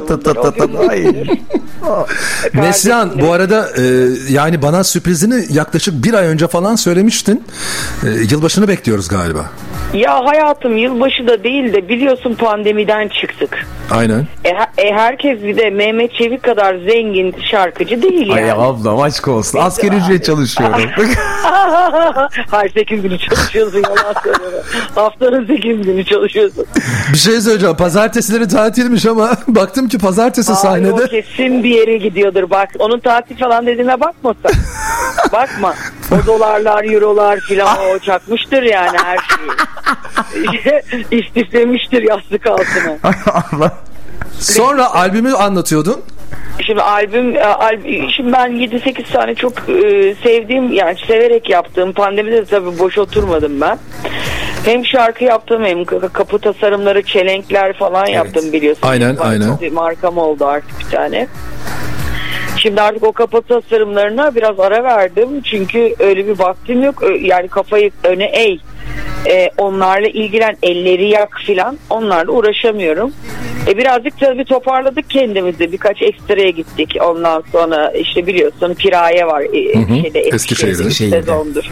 C: Neslihan, bu arada yani bana sürprizini yaklaşık 1 ay önce falan söylemiştin. Yılbaşını bekliyoruz galiba.
E: Ya hayatım, yılbaşı da değil de biliyorsun pandemiden çıktık.
C: Aynen.
E: Herkes bir de Mehmet Çevik kadar zengin şarkıcı değil yani.
B: Ay abla aşk olsun. Asgari ücret çalışıyorum.
E: Hayır, 8 günü çalışıyorsun, yalan söylüyorum. Haftanın 8 günü çalışıyorsun.
C: Bir şey söyleyeceğim. Pazartesileri tatilmiş ama baktım ki pazartesi sahnede.
E: O kesin bir yere gidiyordur bak. Onun tatil falan dediğine bakma sen. Bakma. O dolarlar, eurolar filan o çakmıştır yani her şeyi. İstiflemiştir yastık altına.
B: Ay Allah.
C: Sonra albümü anlatıyordun.
E: Şimdi şimdi ben 7-8 tane çok sevdiğim, yani severek yaptığım, pandemide de tabii boş oturmadım ben. Hem şarkı yaptım hem kapı tasarımları, çelenkler falan yaptım biliyorsun.
C: Aynen.
E: Markam oldu artık bir tane. Şimdi artık o kapı tasarımlarına biraz ara verdim. Çünkü öyle bir vaktim yok. Yani kafayı öne eğ. Onlarla ilgilen, elleri yak filan. Onlarla uğraşamıyorum. Birazcık tabii toparladık kendimizi. Birkaç ekstraya gittik. Ondan sonra işte biliyorsun Piraye var.
C: Eskişehir'de.
E: Sezondur.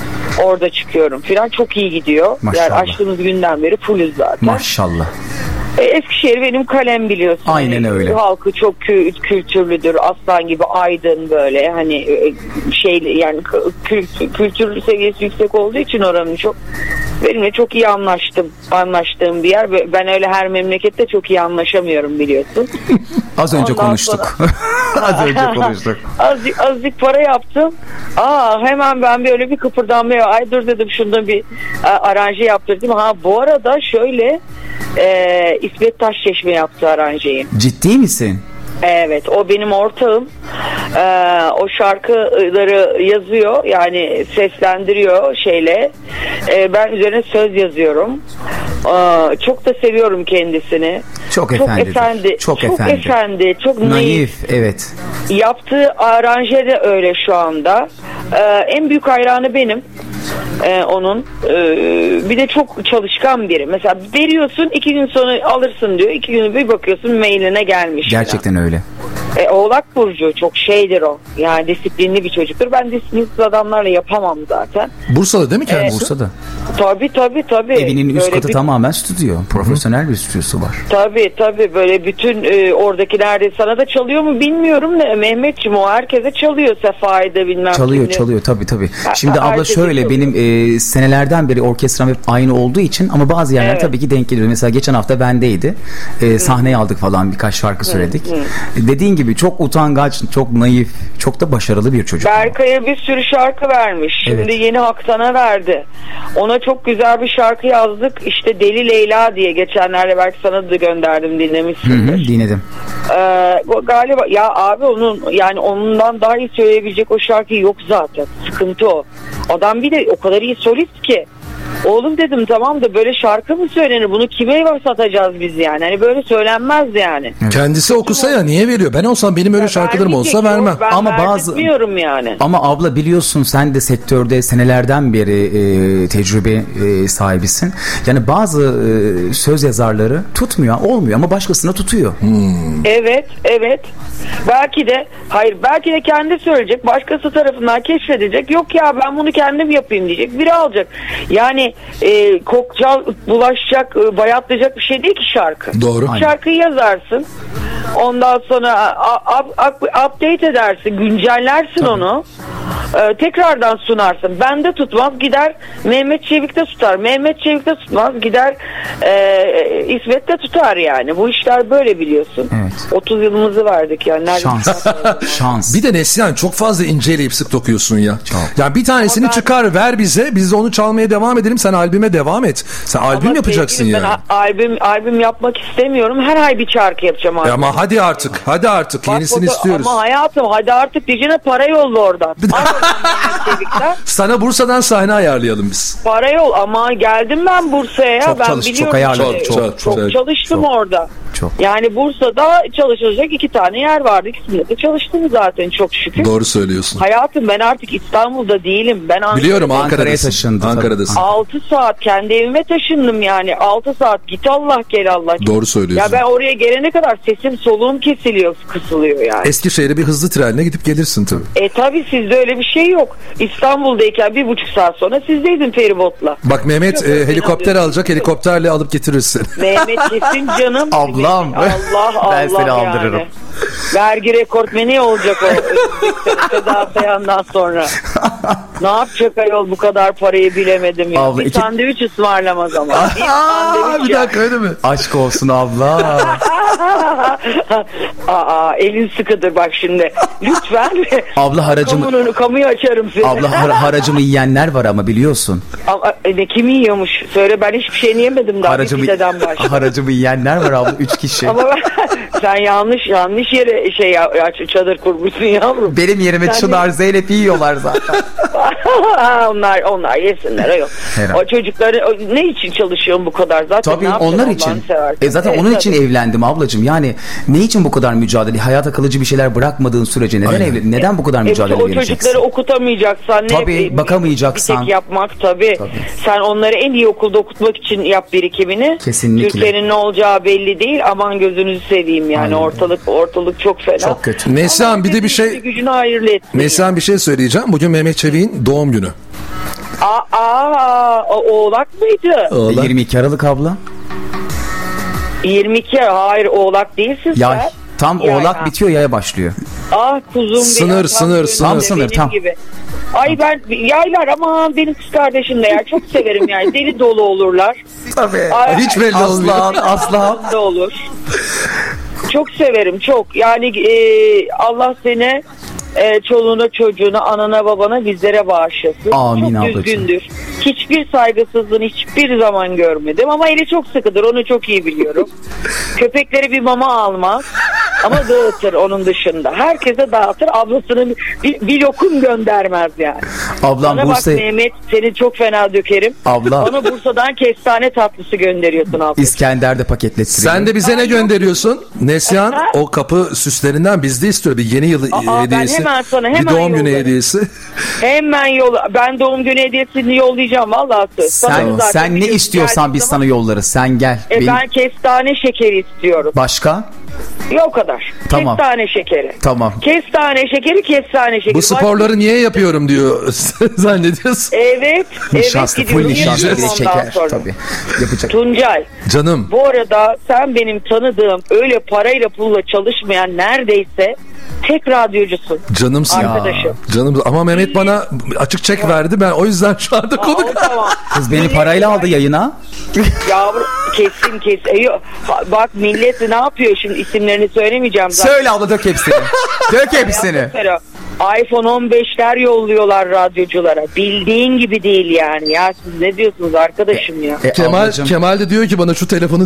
E: Orada çıkıyorum filan. Çok iyi gidiyor.
B: Maşallah.
E: Yani açtığımız günden beri fullüz zaten.
B: Maşallah.
E: Eskişehir benim kalem biliyorsun.
B: Aynen öyle.
E: Halkı çok kültürlüdür. Aslan gibi aydın böyle hani yani kültür seviyesi yüksek olduğu için oranın benimle çok iyi anlaştığım bir yer. Ben öyle her memlekette çok iyi anlaşamıyorum biliyorsun.
B: Az önce konuştuk.
E: Azıcık para yaptım. Hemen ben böyle bir kıpırdanmaya, ay dur dedim şundan bir aranje yaptırdım. Bu arada şöyle İsmet Taşçeşme yaptı aranjeyi.
B: Ciddi misin?
E: Evet, o benim ortağım. O şarkıları yazıyor, yani seslendiriyor ben üzerine söz yazıyorum. Çok da seviyorum kendisini.
B: Çok efendi. Çok
E: efendi, çok naif.
B: Evet.
E: Yaptığı aranje de öyle şu anda. En büyük hayranı benim. Onun bir de çok çalışkan biri. Mesela veriyorsun, 2 gün sonra alırsın diyor. 2 gün bir bakıyorsun mailine gelmiş.
B: Gerçekten öyle.
E: Oğlak burcu çok şeydir o. Yani disiplinli bir çocuktur. Ben disiplinsiz adamlarla yapamam zaten.
C: Bursa'da değil mi kendisi?
B: Bursa'da.
E: Tabii.
B: Evinin üst katı tamamen stüdyo. Profesyonel bir stüdyosu var.
E: Tabii. Böyle bütün oradakilerde sana da çalıyor mu bilmiyorum da Mehmetciğim o herkese çalıyor. Sefa'yı da bilmem.
B: Çalıyor tabii. Şimdi abla şöyle benim senelerden beri orkestram hep aynı olduğu için ama bazı yerler tabii ki denk geliyor. Mesela geçen hafta bendeydi. Sahneye aldık falan, birkaç şarkı söyledik. Dediğin gibi çok utangaç, çok naif, çok da başarılı bir çocuk.
E: Berkay'a bir sürü şarkı vermiş. Şimdi yeni Haktan'a verdi. Ona çok güzel bir şarkı yazdık. İşte Deli Leyla diye, geçenlerde belki sana da gönderdim, dinlemişsindir.
B: Dinledim.
E: Galiba ya abi ondan daha iyi söyleyebilecek o şarkı yok zaten. Sıkıntı o. Adam bir de o kadar iyi solist ki. Oğlum dedim, tamam da böyle şarkı mı söylenir? Bunu kime satacağız biz yani? Hani böyle söylenmez yani.
C: Evet. Kendisi okusa ya, niye veriyor? Ben olsam, benim öyle şarkılarım olsa vermem.
E: Ben ama yani.
B: Ama abla biliyorsun, sen de sektörde senelerden beri tecrübe sahibisin. Yani bazı söz yazarları tutmuyor, olmuyor ama başkasına tutuyor.
E: Evet. Belki de kendi söyleyecek, başkası tarafından keşfedecek. Yok ya, ben bunu kendim yapayım diyecek. Biri alacak. Yani kokacak, bulaşacak, bayatlayacak bir şey değil ki şarkı.
C: Doğru.
E: Şarkıyı yazarsın. Ondan sonra update edersin, güncellersin onu. Tekrardan sunarsın. Bende tutmaz, gider Mehmet Çevik'te tutar. Mehmet Çevik'te tutmaz, gider İsmet'te tutar yani. Bu işler böyle, biliyorsun. Evet. 30 yılımızı verdik yani.
B: Şans.
C: Bir de Neslihan, çok fazla inceleyip sık dokuyorsun ya. Çok. Ya bir tanesini çıkar, ver bize. Biz de onu çalmaya devam edelim. Sen albüme devam et. Sen albüm yapacaksın yani.
E: Ben albüm yapmak istemiyorum. Her ay bir şarkı yapacağım abi.
C: Ama hadi artık. Yenisini istiyoruz.
E: Ama hayatım, hadi artık diyeceğine para yolla oradan.
C: Sana Bursa'dan sahne ayarlayalım biz.
E: Para yol, ama geldim ben Bursa'ya ya. Ben biliyorum.
B: Çok ayarladım.
E: Çok çalıştım orada.
B: Çok.
E: Yani Bursa'da çalışılacak 2 tane yer vardı. İkisinde de çalıştım zaten, çok şükür.
C: Doğru söylüyorsun.
E: Hayatım, ben artık İstanbul'da değilim. Ben
C: biliyorum, Ankara'dasın.
E: 6 saat kendi evime taşındım yani. 6 saat git Allah gel Allah.
C: Doğru söylüyorsun.
E: Ya ben oraya gelene kadar sesim soluğum kısılıyor yani.
C: Eskişehir'e bir hızlı trenle gidip gelirsin tabii.
E: Tabii sizde öyle bir şey yok. İstanbul'dayken 1,5 saat sonra sizdeydin feribotla.
C: Bak Mehmet helikopter alacak, helikopterle alıp getirirsin.
E: Mehmet kesin canım.
B: Ablam.
E: Allah
B: ben seni aldırırım.
E: Yani. Vergi rekortmeni olacak o. Seda Sayan'dan sonra. Ne yapacak ayol, bu kadar parayı bilemedim ya.
B: Abla,
E: sandviç ısmarlamaz ama.
C: Bir dakika, öyle mi?
B: Aşk olsun abla.
E: Elin sıkıdır bak şimdi. Lütfen.
B: Abla haracımı.
E: Kamuyu açarım seni.
B: Abla haracımı yiyenler var ama biliyorsun.
E: Kimi yiyormuş? Söyle, ben hiçbir şeyini yemedim daha.
B: Haracımı yiyenler var abla, 3 kişi.
E: Ama sen yanlış yere çadır kurmuşsun yavrum.
B: Benim yerime Çınar, Zeynep yiyorlar zaten.
E: onlar yesinler. Yok. O çocukları ne için çalışıyorum bu kadar zaten?
B: Tabii onlar için. Zaten onun için evlendim ablacığım. Yani ne için bu kadar mücadele? Hayata kalıcı bir şeyler bırakmadığın sürece neden evlen? Neden bu kadar mücadele vereceksin?
E: O çocukları okutamayacaksan,
B: bakamayacaksan.
E: Bir tek yapmak tabii. Sen onları en iyi okulda okutmak için yap birikimini.
B: Kesinlikle.
E: Türkiye'nin ne olacağı belli değil. Aman gözünüzü seveyim yani. Aynen. Ortalık çok fena.
B: Çok kötü.
C: Neslihan, bir de bir şey. Neslihan, bir şey söyleyeceğim. Bugün Mehmet Çevik'in doğum günü.
E: Oğlak mıydı?
B: 22 Aralık abla.
E: 22 hayır Oğlak değilsin
B: Yay.
E: sen.
B: Tam
E: Yay,
B: Oğlak bitiyor, Yay'a başlıyor.
E: Ah kuzum benim.
B: Sınır. Tam.
E: Gibi. Ay ben yaylar ama benim kız kardeşim de ya çok severim yani. Deli dolu olurlar.
B: Tabii.
C: Hiç belli olmuyor.
B: Asla.
E: Da olur. Çok severim çok. Yani Allah seni çoluğuna çocuğuna anana babana bizlere bağışlasın.
B: Amin
E: çok
B: ablacığım.
E: düzgündür. Hiçbir saygısızlığını hiçbir zaman görmedim ama eli çok sıkıdır, onu çok iyi biliyorum. Köpeklere bir mama almaz ama dağıtır onun dışında. Herkese dağıtır, ablasının bir lokum göndermez yani.
B: Ablam
E: bana
B: Bursa...
E: bak Mehmet, seni çok fena dökerim.
B: Abla.
E: Bana Bursa'dan kestane tatlısı gönderiyorsun abla.
B: İskender'de paketlettiriyor.
C: Sen de bize ne gönderiyorsun? Neslihan o kapı süslerinden bizde istiyor. Bir yeni yıl hediyesi. Bir doğum günü hediyesi.
E: Hemen ben doğum günü hediyesini yollayacağım vallahi.
B: Sen ne istiyorsan biz sana yollarız. Sen gel.
E: Ben kestane şekeri istiyorum.
B: Başka?
E: Yok kadar.
B: Tamam.
E: Kestane şekeri.
B: Tamam.
E: Kestane şekeri.
C: Bu sporları niye yapıyorum diyor zannediyorsun.
E: Evet.
B: Nişasta, full nişasta bir şeker. Tabii. Yapacak.
E: Tuncay.
C: Canım.
E: Bu arada sen benim tanıdığım öyle parayla pulla çalışmayan neredeyse tek radyocusun.
C: Canımsın.
E: Arkadaşım.
C: Canım. Ama Mehmet bana açık çek verdi. Ben o yüzden şu anda konu.
E: Tamam.
B: Kız beni parayla aldı yayına.
E: Yavrum kesin. Bak millet ne yapıyor şimdi, isimlerini söylemeyeceğim zaten.
B: Söyle abla, dök hepsini. Dök hepsini.
E: iPhone 15'ler yolluyorlar radyoculara. Bildiğin gibi değil yani. Ya siz ne diyorsunuz arkadaşım ya?
C: Kemal de diyor ki bana şu telefonu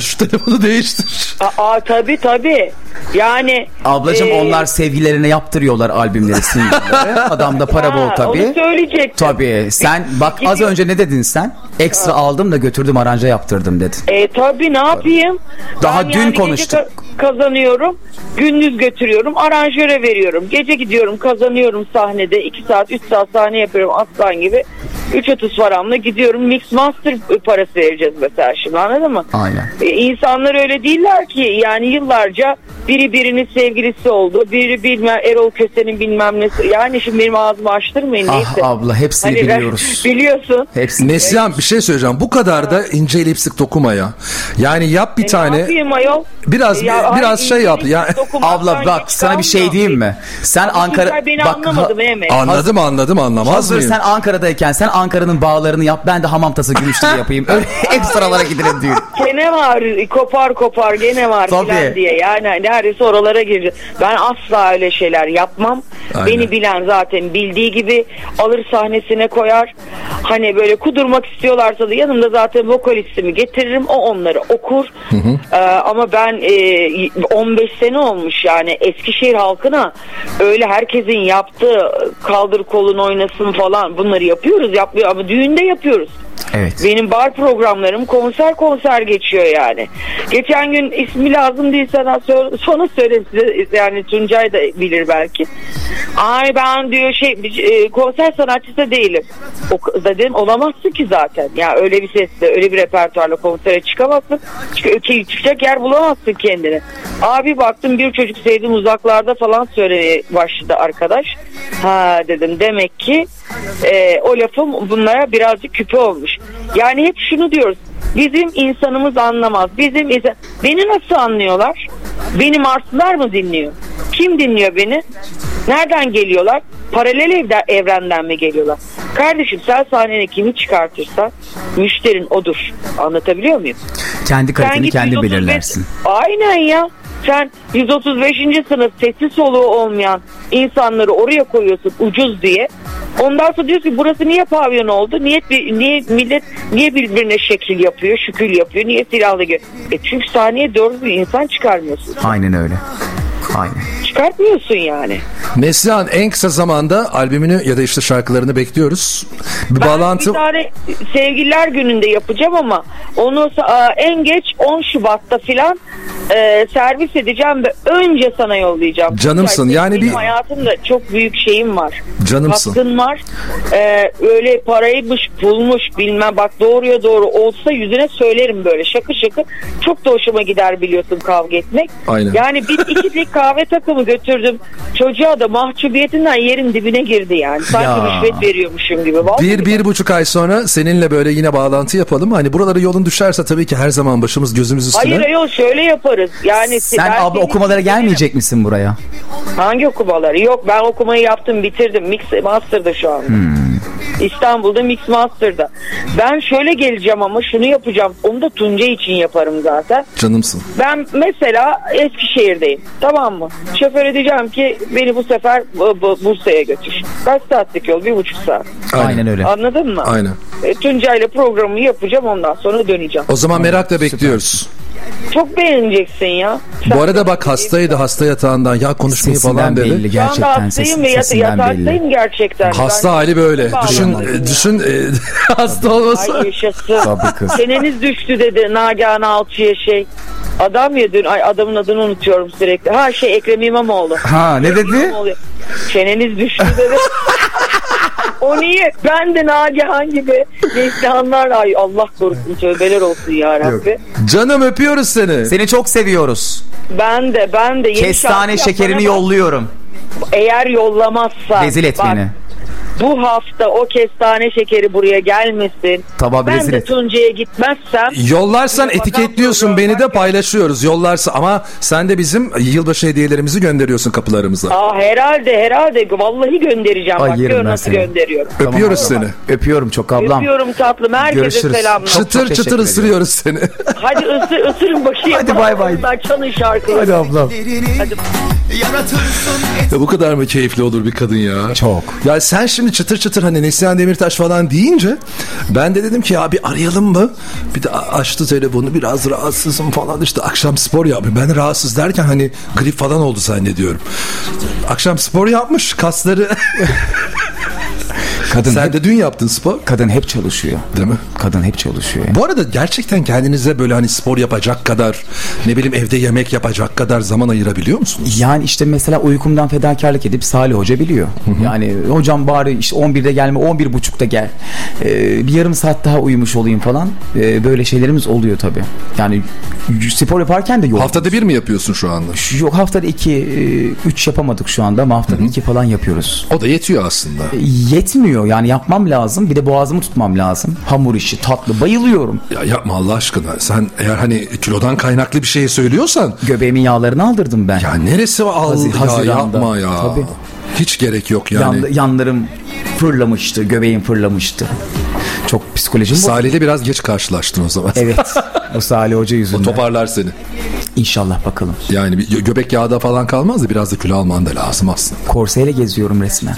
C: değiştir.
E: Tabii. Yani
B: ablacığım onlar sevgilerine yaptırıyorlar albümleri, single'ları. Adamda para bol tabii.
E: Onu söyleyecektim.
B: Tabii. Sen bak az önce ne dedin sen? Ekstra aldım da götürdüm aranja yaptırdım dedin.
E: Tabii ne yapayım?
B: Daha dün konuştuk.
E: Kazanıyorum. Gündüz götürüyorum. Aranjöre veriyorum. Gece gidiyorum, kazanıyorum sahnede. 2 saat 3 saat sahne yapıyorum aslan gibi. 3.30 paramla gidiyorum. Mix master parası vereceğiz mesela şimdi, anladın mı?
B: Aynen.
E: İnsanlar öyle değiller ki. Yani yıllarca biri birinin sevgilisi oldu. Biri bilmem Erol Köse'nin bilmem nesi. Yani şimdi benim ağzımı açtırmayın.
B: Ah
E: neyse.
B: abla hepsini biliyoruz.
E: Biliyorsun.
B: Hepsini.
C: Neslihan bir şey söyleyeceğim. Bu kadar da ince lipstik dokuma ya. Yani yap bir tane.
E: Ne yapayım ayol?
C: Biraz şey yap. Ya.
B: Abla bak sana bir şey diyeyim mi? Sen Ankara...
E: Beni anlamadı Mehmet.
C: Anladım anlamaz
B: hazır
C: mıyım?
B: Sen Ankara'dayken sen Ankara'nın bağlarını yap. Ben de Hamamtası Gümüşlü'yü yapayım. Öyle ekstralara gidelim diyor.
E: Gene var kopar gene var filan diye. Yani neredeyse oralara gireceğiz. Ben asla öyle şeyler yapmam. Aynen. Beni bilen zaten bildiği gibi alır sahnesine koyar. Hani böyle kudurmak istiyorlarsa da yanımda zaten vokalistimi getiririm. O onları okur. Ama ben 15 sene olmuş yani Eskişehir halkına öyle herkesin yaptığı kaldır kolun oynasın falan bunları yapıyor ama düğünde yapıyoruz.
B: Evet.
E: Benim bar programlarım konser geçiyor yani. Geçen gün ismi lazım değil sana sonra söyleyeyim size, yani Tuncay da bilir belki. Ay ben diyor konser sanatçısı değilim. Dedim olamazsın ki zaten. Ya öyle bir sesle öyle bir repertuarla konsere çıkamazsın. Çünkü çıkacak yer bulamazsın kendine. Abi baktım bir çocuk sevdim uzaklarda falan söylemeye başladı arkadaş. Ha dedim demek ki o lafım bunlara birazcık küpe olmuş. Yani hep şunu diyoruz. Bizim insanımız anlamaz. Beni nasıl anlıyorlar? Beni Marslılar mı dinliyor? Kim dinliyor beni? Nereden geliyorlar? Paralel evrenden mi geliyorlar? Kardeşim sen sahnene kimi çıkartırsan müşterin odur. Anlatabiliyor muyum?
B: Kendi kaliteni kendi belirlersin.
E: Aynen ya. Sen 135. sınıf sesi soluğu olmayan insanları oraya koyuyorsun ucuz diye. Ondan sonra diyorsun ki burası niye pavyon oldu? Niye millet niye birbirine şekil yapıyor, şükül yapıyor? Niye silahlı geliyor? Çünkü sahneye doğru bir insan çıkarmıyorsun.
B: Aynen öyle. Aynen.
E: Çıkartmıyorsun yani.
C: Neslihan en kısa zamanda albümünü ya da işte şarkılarını bekliyoruz. Bir
E: tane Sevgililer Günü'nde yapacağım ama onu en geç 10 Şubat'ta filan servis edeceğim ve önce sana yollayacağım.
C: Canımsın. Yani
E: benim hayatımda çok büyük şeyim var.
C: Canımsın.
E: Hakkın var. Öyle paraymış, pulmuş bilmem. Bak doğruya doğru olsa yüzüne söylerim böyle şakır şakır. Çok da hoşuma gider biliyorsun kavga etmek.
C: Aynen.
E: Yani bir ikilik kahve takımı götürdüm. Çocuğa da mahcubiyetinden yerin dibine girdi yani. Sanki rüşvet veriyormuşum gibi. Vallahi
C: 1-1,5 ay sonra seninle böyle yine bağlantı yapalım. Hani buralara yolun düşerse tabii ki her zaman başımız gözümüz üstüne.
E: Hayır ayol şöyle yaparız. Yani
B: sen abla okumalara gelmeyecek misin buraya?
E: Hangi okumaları? Yok ben okumayı yaptım bitirdim. Mix Master'da şu anda. İstanbul'da Mix Master'da. Ben şöyle geleceğim ama şunu yapacağım. Onu da Tuncay için yaparım zaten.
C: Canımsın.
E: Ben mesela Eskişehir'deyim. Tamam mı? Şoföre diyeceğim ki beni bu sefer Bursa'ya götür. Kaç saatlik yol? 1,5 saat.
B: Aynen öyle.
E: Anladın mı?
C: Aynen.
E: Tuncay'la programı yapacağım ondan sonra döneceğim.
C: O zaman merakla bekliyoruz.
E: Çok beğeneceksin ya.
C: Bu arada bak hastaydı, hasta yatağından ya konuşmayı
B: Sesinden
C: falan dedi.
B: belli
E: Şu anda
B: gerçekten.
E: hastayım ve
B: Sesinden
E: yataktayım
B: belli.
E: gerçekten.
C: Hasta
E: Ben
C: hali böyle. Düşün hasta olmasa.
E: Ay yaşasın.
B: Tabii kız.
E: Çeneniz düştü dedi Nagihan Alçı'ya şey. Adam ya dün adamın adını unutuyorum sürekli. Ekrem İmamoğlu.
B: Ha ne dedi?
E: İmamoğlu. Çeneniz düştü dedi. O niye? Ben de Nagihan gibi neslihanlar ay Allah korusun tövbeler olsun ya Rabbi.
C: Canım öpüyoruz seni.
B: Seni çok seviyoruz.
E: Ben de yeni
B: Kestane
E: şarkı
B: şekerini
E: yapmana bak.
B: yolluyorum.
E: Eğer yollamazsa.
B: Rezil et
E: bak,
B: beni.
E: Bu hafta o kestane şekeri buraya gelmesin.
B: Tamam,
E: ben
B: rezil
E: de
B: et.
E: Tuncay'a gitmezsem.
C: Yollarsan
E: Bakan
C: etiketliyorsun
E: programı
C: beni de
E: varken-
C: paylaşıyoruz. Yollarsa ama sen de bizim yılbaşı hediyelerimizi gönderiyorsun kapılarımıza.
E: Herhalde vallahi göndereceğim.
B: Ay,
E: Bak
B: yerim
E: gör
B: ben
E: nasıl
B: seni.
E: gönderiyorum.
C: Öpüyoruz seni.
B: Öpüyorum çok ablam.
E: Öpüyorum tatlım. Herkese
B: Görüşürüz.
E: selamlar.
B: Çok
C: Çıtır çıtır
B: teşekkür
C: ısırıyoruz seni.
E: Hadi ısırın bakayım.
B: Hadi bay bay.
E: Çalın şarkıyı.
B: Hadi ablam.
E: Hadi.
C: Ya bu kadar mı keyifli olur bir kadın ya?
B: Çok.
C: Ya sen şimdi çıtır çıtır hani Neslihan Demirtaş falan deyince ben de dedim ki ya bir arayalım mı? Bir de açtı telefonu biraz rahatsızım falan işte akşam spor yapmış. Ben rahatsız derken hani grip falan oldu zannediyorum. Akşam spor yapmış kasları.
B: Kadın
C: Sen
B: hep,
C: de dün yaptın spor.
B: kadın hep çalışıyor.
C: Değil mi?
B: Kadın hep çalışıyor. Yani.
C: Bu arada gerçekten kendinize böyle hani spor yapacak kadar ne bileyim evde yemek yapacak kadar zaman ayırabiliyor musunuz?
B: Yani işte mesela uykumdan fedakarlık edip Salih Hoca biliyor. Yani hocam bari işte 11'de gelme 11.30'da gel. Bir yarım saat daha uyumuş olayım falan. Böyle şeylerimiz oluyor tabii. Yani spor yaparken de yok.
C: Haftada bir mi yapıyorsun şu anda?
B: Yok haftada 2-3 yapamadık şu anda ama haftada 2 falan yapıyoruz.
C: O da yetiyor aslında.
B: Yetmiyor yani yapmam lazım. Bir de boğazımı tutmam lazım. Hamur işi, tatlı bayılıyorum.
C: Ya yapma Allah aşkına. Sen eğer hani kilodan kaynaklı bir şey söylüyorsan.
B: Göbeğimin yağlarını aldırdım ben.
C: Ya neresi al ya
B: Haziranda.
C: yapma ya.
B: Tabii.
C: Hiç gerek yok yani.
B: Yanlarım fırlamıştı, göbeğim fırlamıştı. Çok psikolojim bozuldu.
C: Salih'le biraz geç karşılaştın o zaman.
B: Evet. O Salih Hoca
C: O
B: yüzünden.
C: toparlar seni.
B: İnşallah bakalım.
C: Yani bir göbek yağda falan kalmaz da biraz da kilo alman da lazım aslında.
B: Korseyle geziyorum resmen.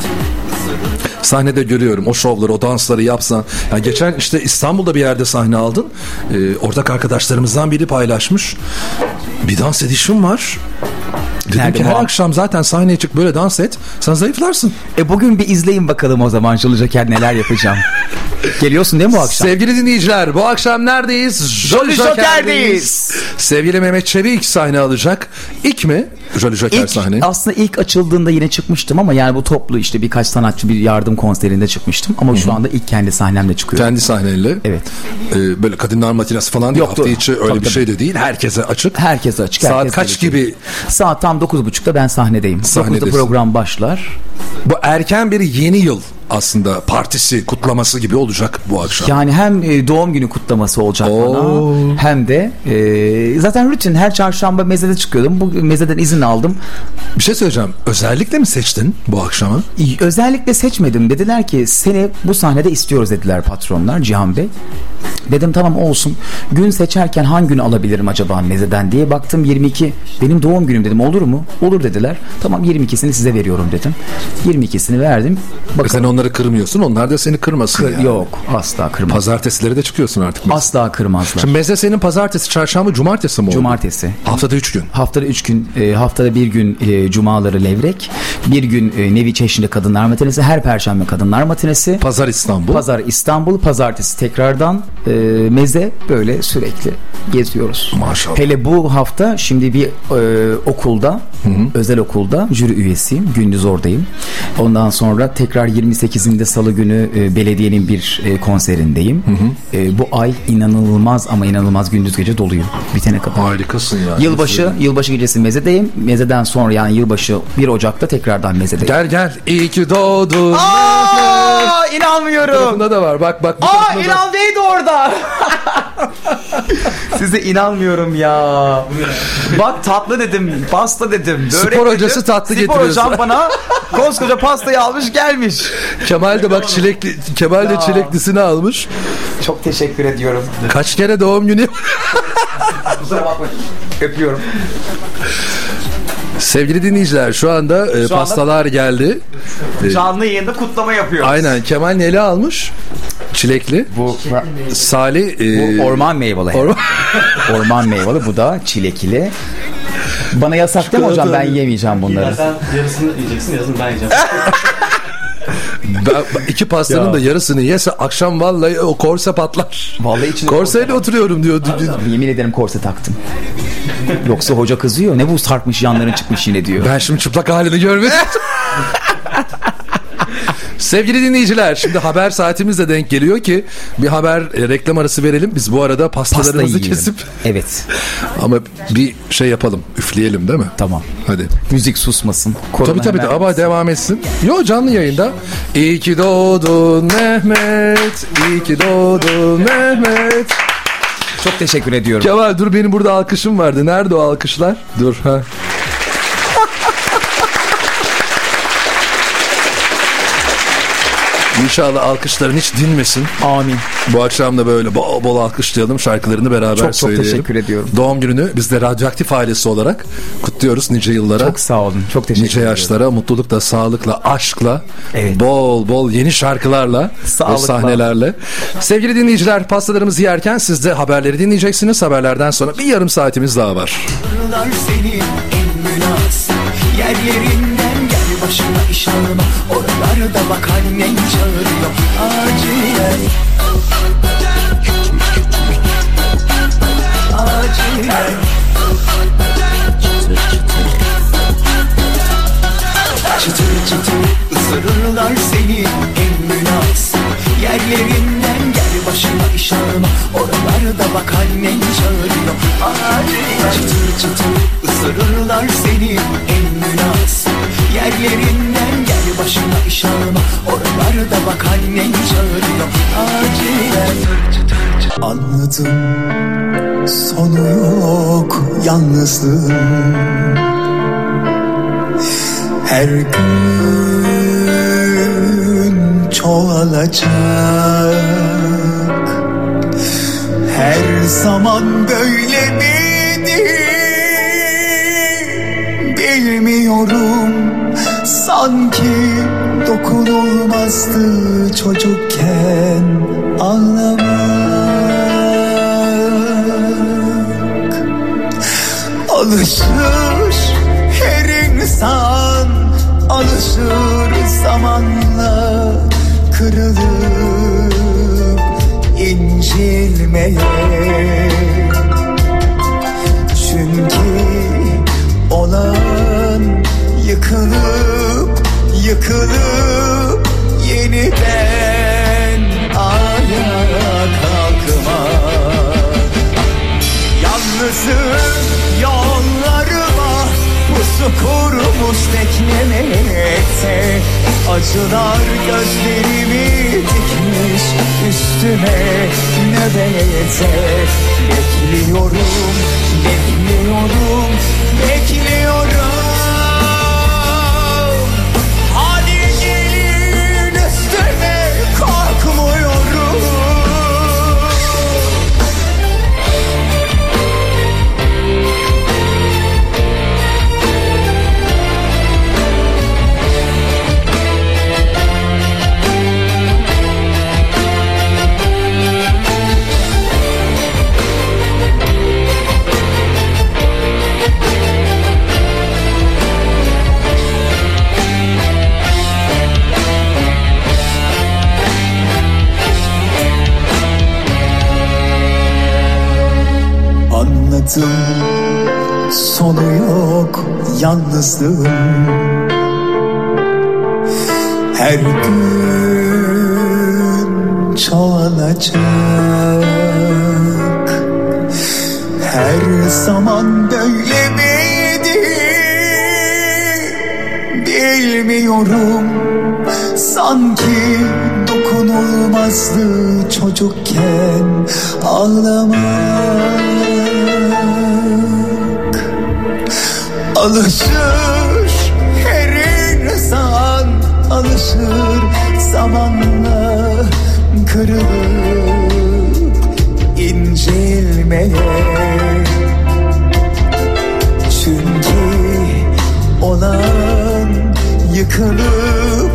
C: Sahnede görüyorum o şovları, o dansları yapsan. Yani geçen işte İstanbul'da bir yerde sahne aldın. Ortak arkadaşlarımızdan biri paylaşmış. Bir dans edişim var. Dedim
B: Nerede
C: ki her
B: bu?
C: akşam zaten sahneye çık böyle dans et. Sen zayıflarsın.
B: Bugün bir izleyin bakalım o zaman Jolly Joker neler yapacağım. Geliyorsun değil mi bu akşam?
C: Sevgili dinleyiciler bu akşam neredeyiz?
B: Jolly Joker'deyiz.
C: Sevgili Mehmet Çevik sahne alacak. İlk mi? Jolly Joker sahne.
B: Aslında ilk açıldığında yine çıkmıştım ama yani bu toplu işte birkaç sanatçı bir yardım konserinde çıkmıştım. Ama şu anda ilk kendi sahnemle çıkıyorum.
C: Kendi sahnenle.
B: Evet.
C: Böyle kadınlar matinesi falan değil.
B: Yoktu.
C: Hafta içi öyle
B: Tabii,
C: bir şey de değil. Herkese açık.
B: Herkese açık.
C: Saat
B: herkese
C: kaç
B: açık.
C: gibi?
B: Saat tam 9.30'da ben sahnedeyim. 9'da
C: Sahnedesin.
B: program başlar.
C: Bu erken bir yeni yıl aslında partisi, kutlaması gibi olacak bu akşam.
B: Yani hem doğum günü kutlaması olacak
C: Oo.
B: bana hem de zaten rutin her çarşamba mezede çıkıyordum. Bu mezeden izin aldım.
C: Bir şey söyleyeceğim. Özellikle mi seçtin bu akşamı?
B: Özellikle seçmedim. Dediler ki seni bu sahnede istiyoruz dediler patronlar Cihan Bey. Dedim tamam olsun. Gün seçerken hangi günü alabilirim acaba mezeden diye baktım 22. Benim doğum günüm dedim olur mu? Olur dediler. Tamam 22'sini size veriyorum dedim. 22'sini verdim.
C: Sen onları kırmıyorsun. Onlar da seni kırmasın yani.
B: Yok asla kırmaz.
C: Pazartesileri de çıkıyorsun artık. Mesela.
B: Asla kırmazlar.
C: Şimdi meze senin pazartesi, çarşamba, cumartesi mi oldu?
B: Cumartesi.
C: Haftada 3 gün.
B: Haftada 3 gün, haftada bir gün cumaları levrek, bir gün Nevi Çeşni'de kadınlar matinesi, her perşembe kadınlar matinesi.
C: Pazar İstanbul.
B: Pazar İstanbul, pazartesi tekrardan meze böyle sürekli geziyoruz.
C: Maşallah.
B: Hele bu hafta şimdi bir okulda, özel okulda jüri üyesiyim. Gündüz oradayım. Ondan sonra tekrar 28'inde Salı günü belediyenin bir konserindeyim. Bu ay inanılmaz ama inanılmaz gündüz gece doluyum bitene kadar.
C: Harikasın yani.
B: Yılbaşı gecesi mezedeyim. Mezeden sonra yani yılbaşı 1 Ocak'ta tekrardan mezedeyim.
C: Gel. İyi ki doğdun.
B: İnanmıyorum.
C: Tarafında da var. Bak.
B: İnan Bey de orada. Size inanmıyorum ya. Bak tatlı dedim, pasta dedim. Börek
C: Spor
B: dedim.
C: hocası tatlı getiriyor.
B: Spor hocam bana koskoca pastayı almış gelmiş.
C: Kemal de bak Kemal de çileklisini almış.
B: Çok teşekkür ediyorum.
C: Kaç kere doğum günü?
B: Kusura bakmayın. Öpüyorum.
C: Sevgili dinleyiciler şu anda pastalar geldi.
B: Canlı yayında kutlama yapıyoruz.
C: Aynen. Kemal neli almış? Çilekli.
B: Bu
C: Salih
B: bu orman meyveli. Orman meyveli, bu da çilekli. Bana yasak değil mi hocam? Ben yemeyeceğim bunları.
F: Ya sen yarısını yiyeceksin, yarısını ben yiyeceğim.
C: İki pastanın da yarısını yese akşam vallahi o korse patlar.
B: Vallahi içinde
C: korseyle oturuyorum diyor.
B: Yemin ederim korse taktım. Yoksa hoca kızıyor. Ne bu sarkmış yanların çıkmış yine diyor.
C: Ben şimdi çıplak halini görmedim. Sevgili dinleyiciler, şimdi haber saatimiz de denk geliyor ki bir haber reklam arası verelim. Biz bu arada pastalarımızı kesip
B: evet.
C: Ama bir şey yapalım. Üfleyelim değil mi?
B: Tamam.
C: Hadi.
B: Müzik susmasın.
C: Tabii ama devam etsin. Yo, canlı yayında. İyi ki doğdun Mehmet. İyi ki doğdun Mehmet.
B: Çok teşekkür ediyorum.
C: Kemal dur, benim burada alkışım vardı. Nerede o alkışlar? Dur ha. İnşallah alkışların hiç dinmesin.
B: Amin.
C: Bu akşam da böyle bol bol alkışlayalım, şarkılarını beraber söyleyelim.
B: Çok teşekkür ediyorum.
C: Doğum gününü biz de Radyoaktif ailesi olarak kutluyoruz nice yıllara.
B: Çok sağ olun. Çok teşekkür ederim.
C: Nice yaşlara, mutlulukla, sağlıkla, aşkla,
B: evet.
C: Bol bol yeni şarkılarla, o sahnelerle. Sevgili dinleyiciler, pastalarımızı yerken siz de haberleri dinleyeceksiniz. Haberlerden sonra bir yarım saatimiz daha var.
A: Senin en münasip yerlerinden gel başına iş alma. Oralarda bak annen çağırıyor acilen. Acilen. Çıtır çıtır ısırırlar seni en münasip yerlerinden gel başına iş alma. Oralarda bak annen çağırıyor acilen. Çıtır çıtır ısırırlar seni en münasip yerlerinden gel başına iş alma. Oralarda bak annen çağırıyor acilen. Anladım, sonu yok yalnızlığın. Her gün çoğalacak. Her zaman böyle miydi bilmiyorum. Sanki dokunulmazdı çocukken ağlamak. Alışır her insan, alışır zamanla kırılıp incilmeye. Çünkü olan yıkılıp yeniden ayağa kalkmak. Yalnızım yollarıma pusu kurmuş beklemekte. Acılar gözlerimi dikmiş üstüme nöbete. Bekliyorum, bekliyorum, bekliyorum. Hadi gelin üstüme, korkmuyorum. baktım sonu yok yalnızlığım. Her gün çoğalacak, her zaman böyle miydi bilmiyorum. Sanki dokunulmazdı çocukken ağlamak. Alışır her insan, alışır zamanla kırılıp incelmeye. Çünkü olan yıkılıp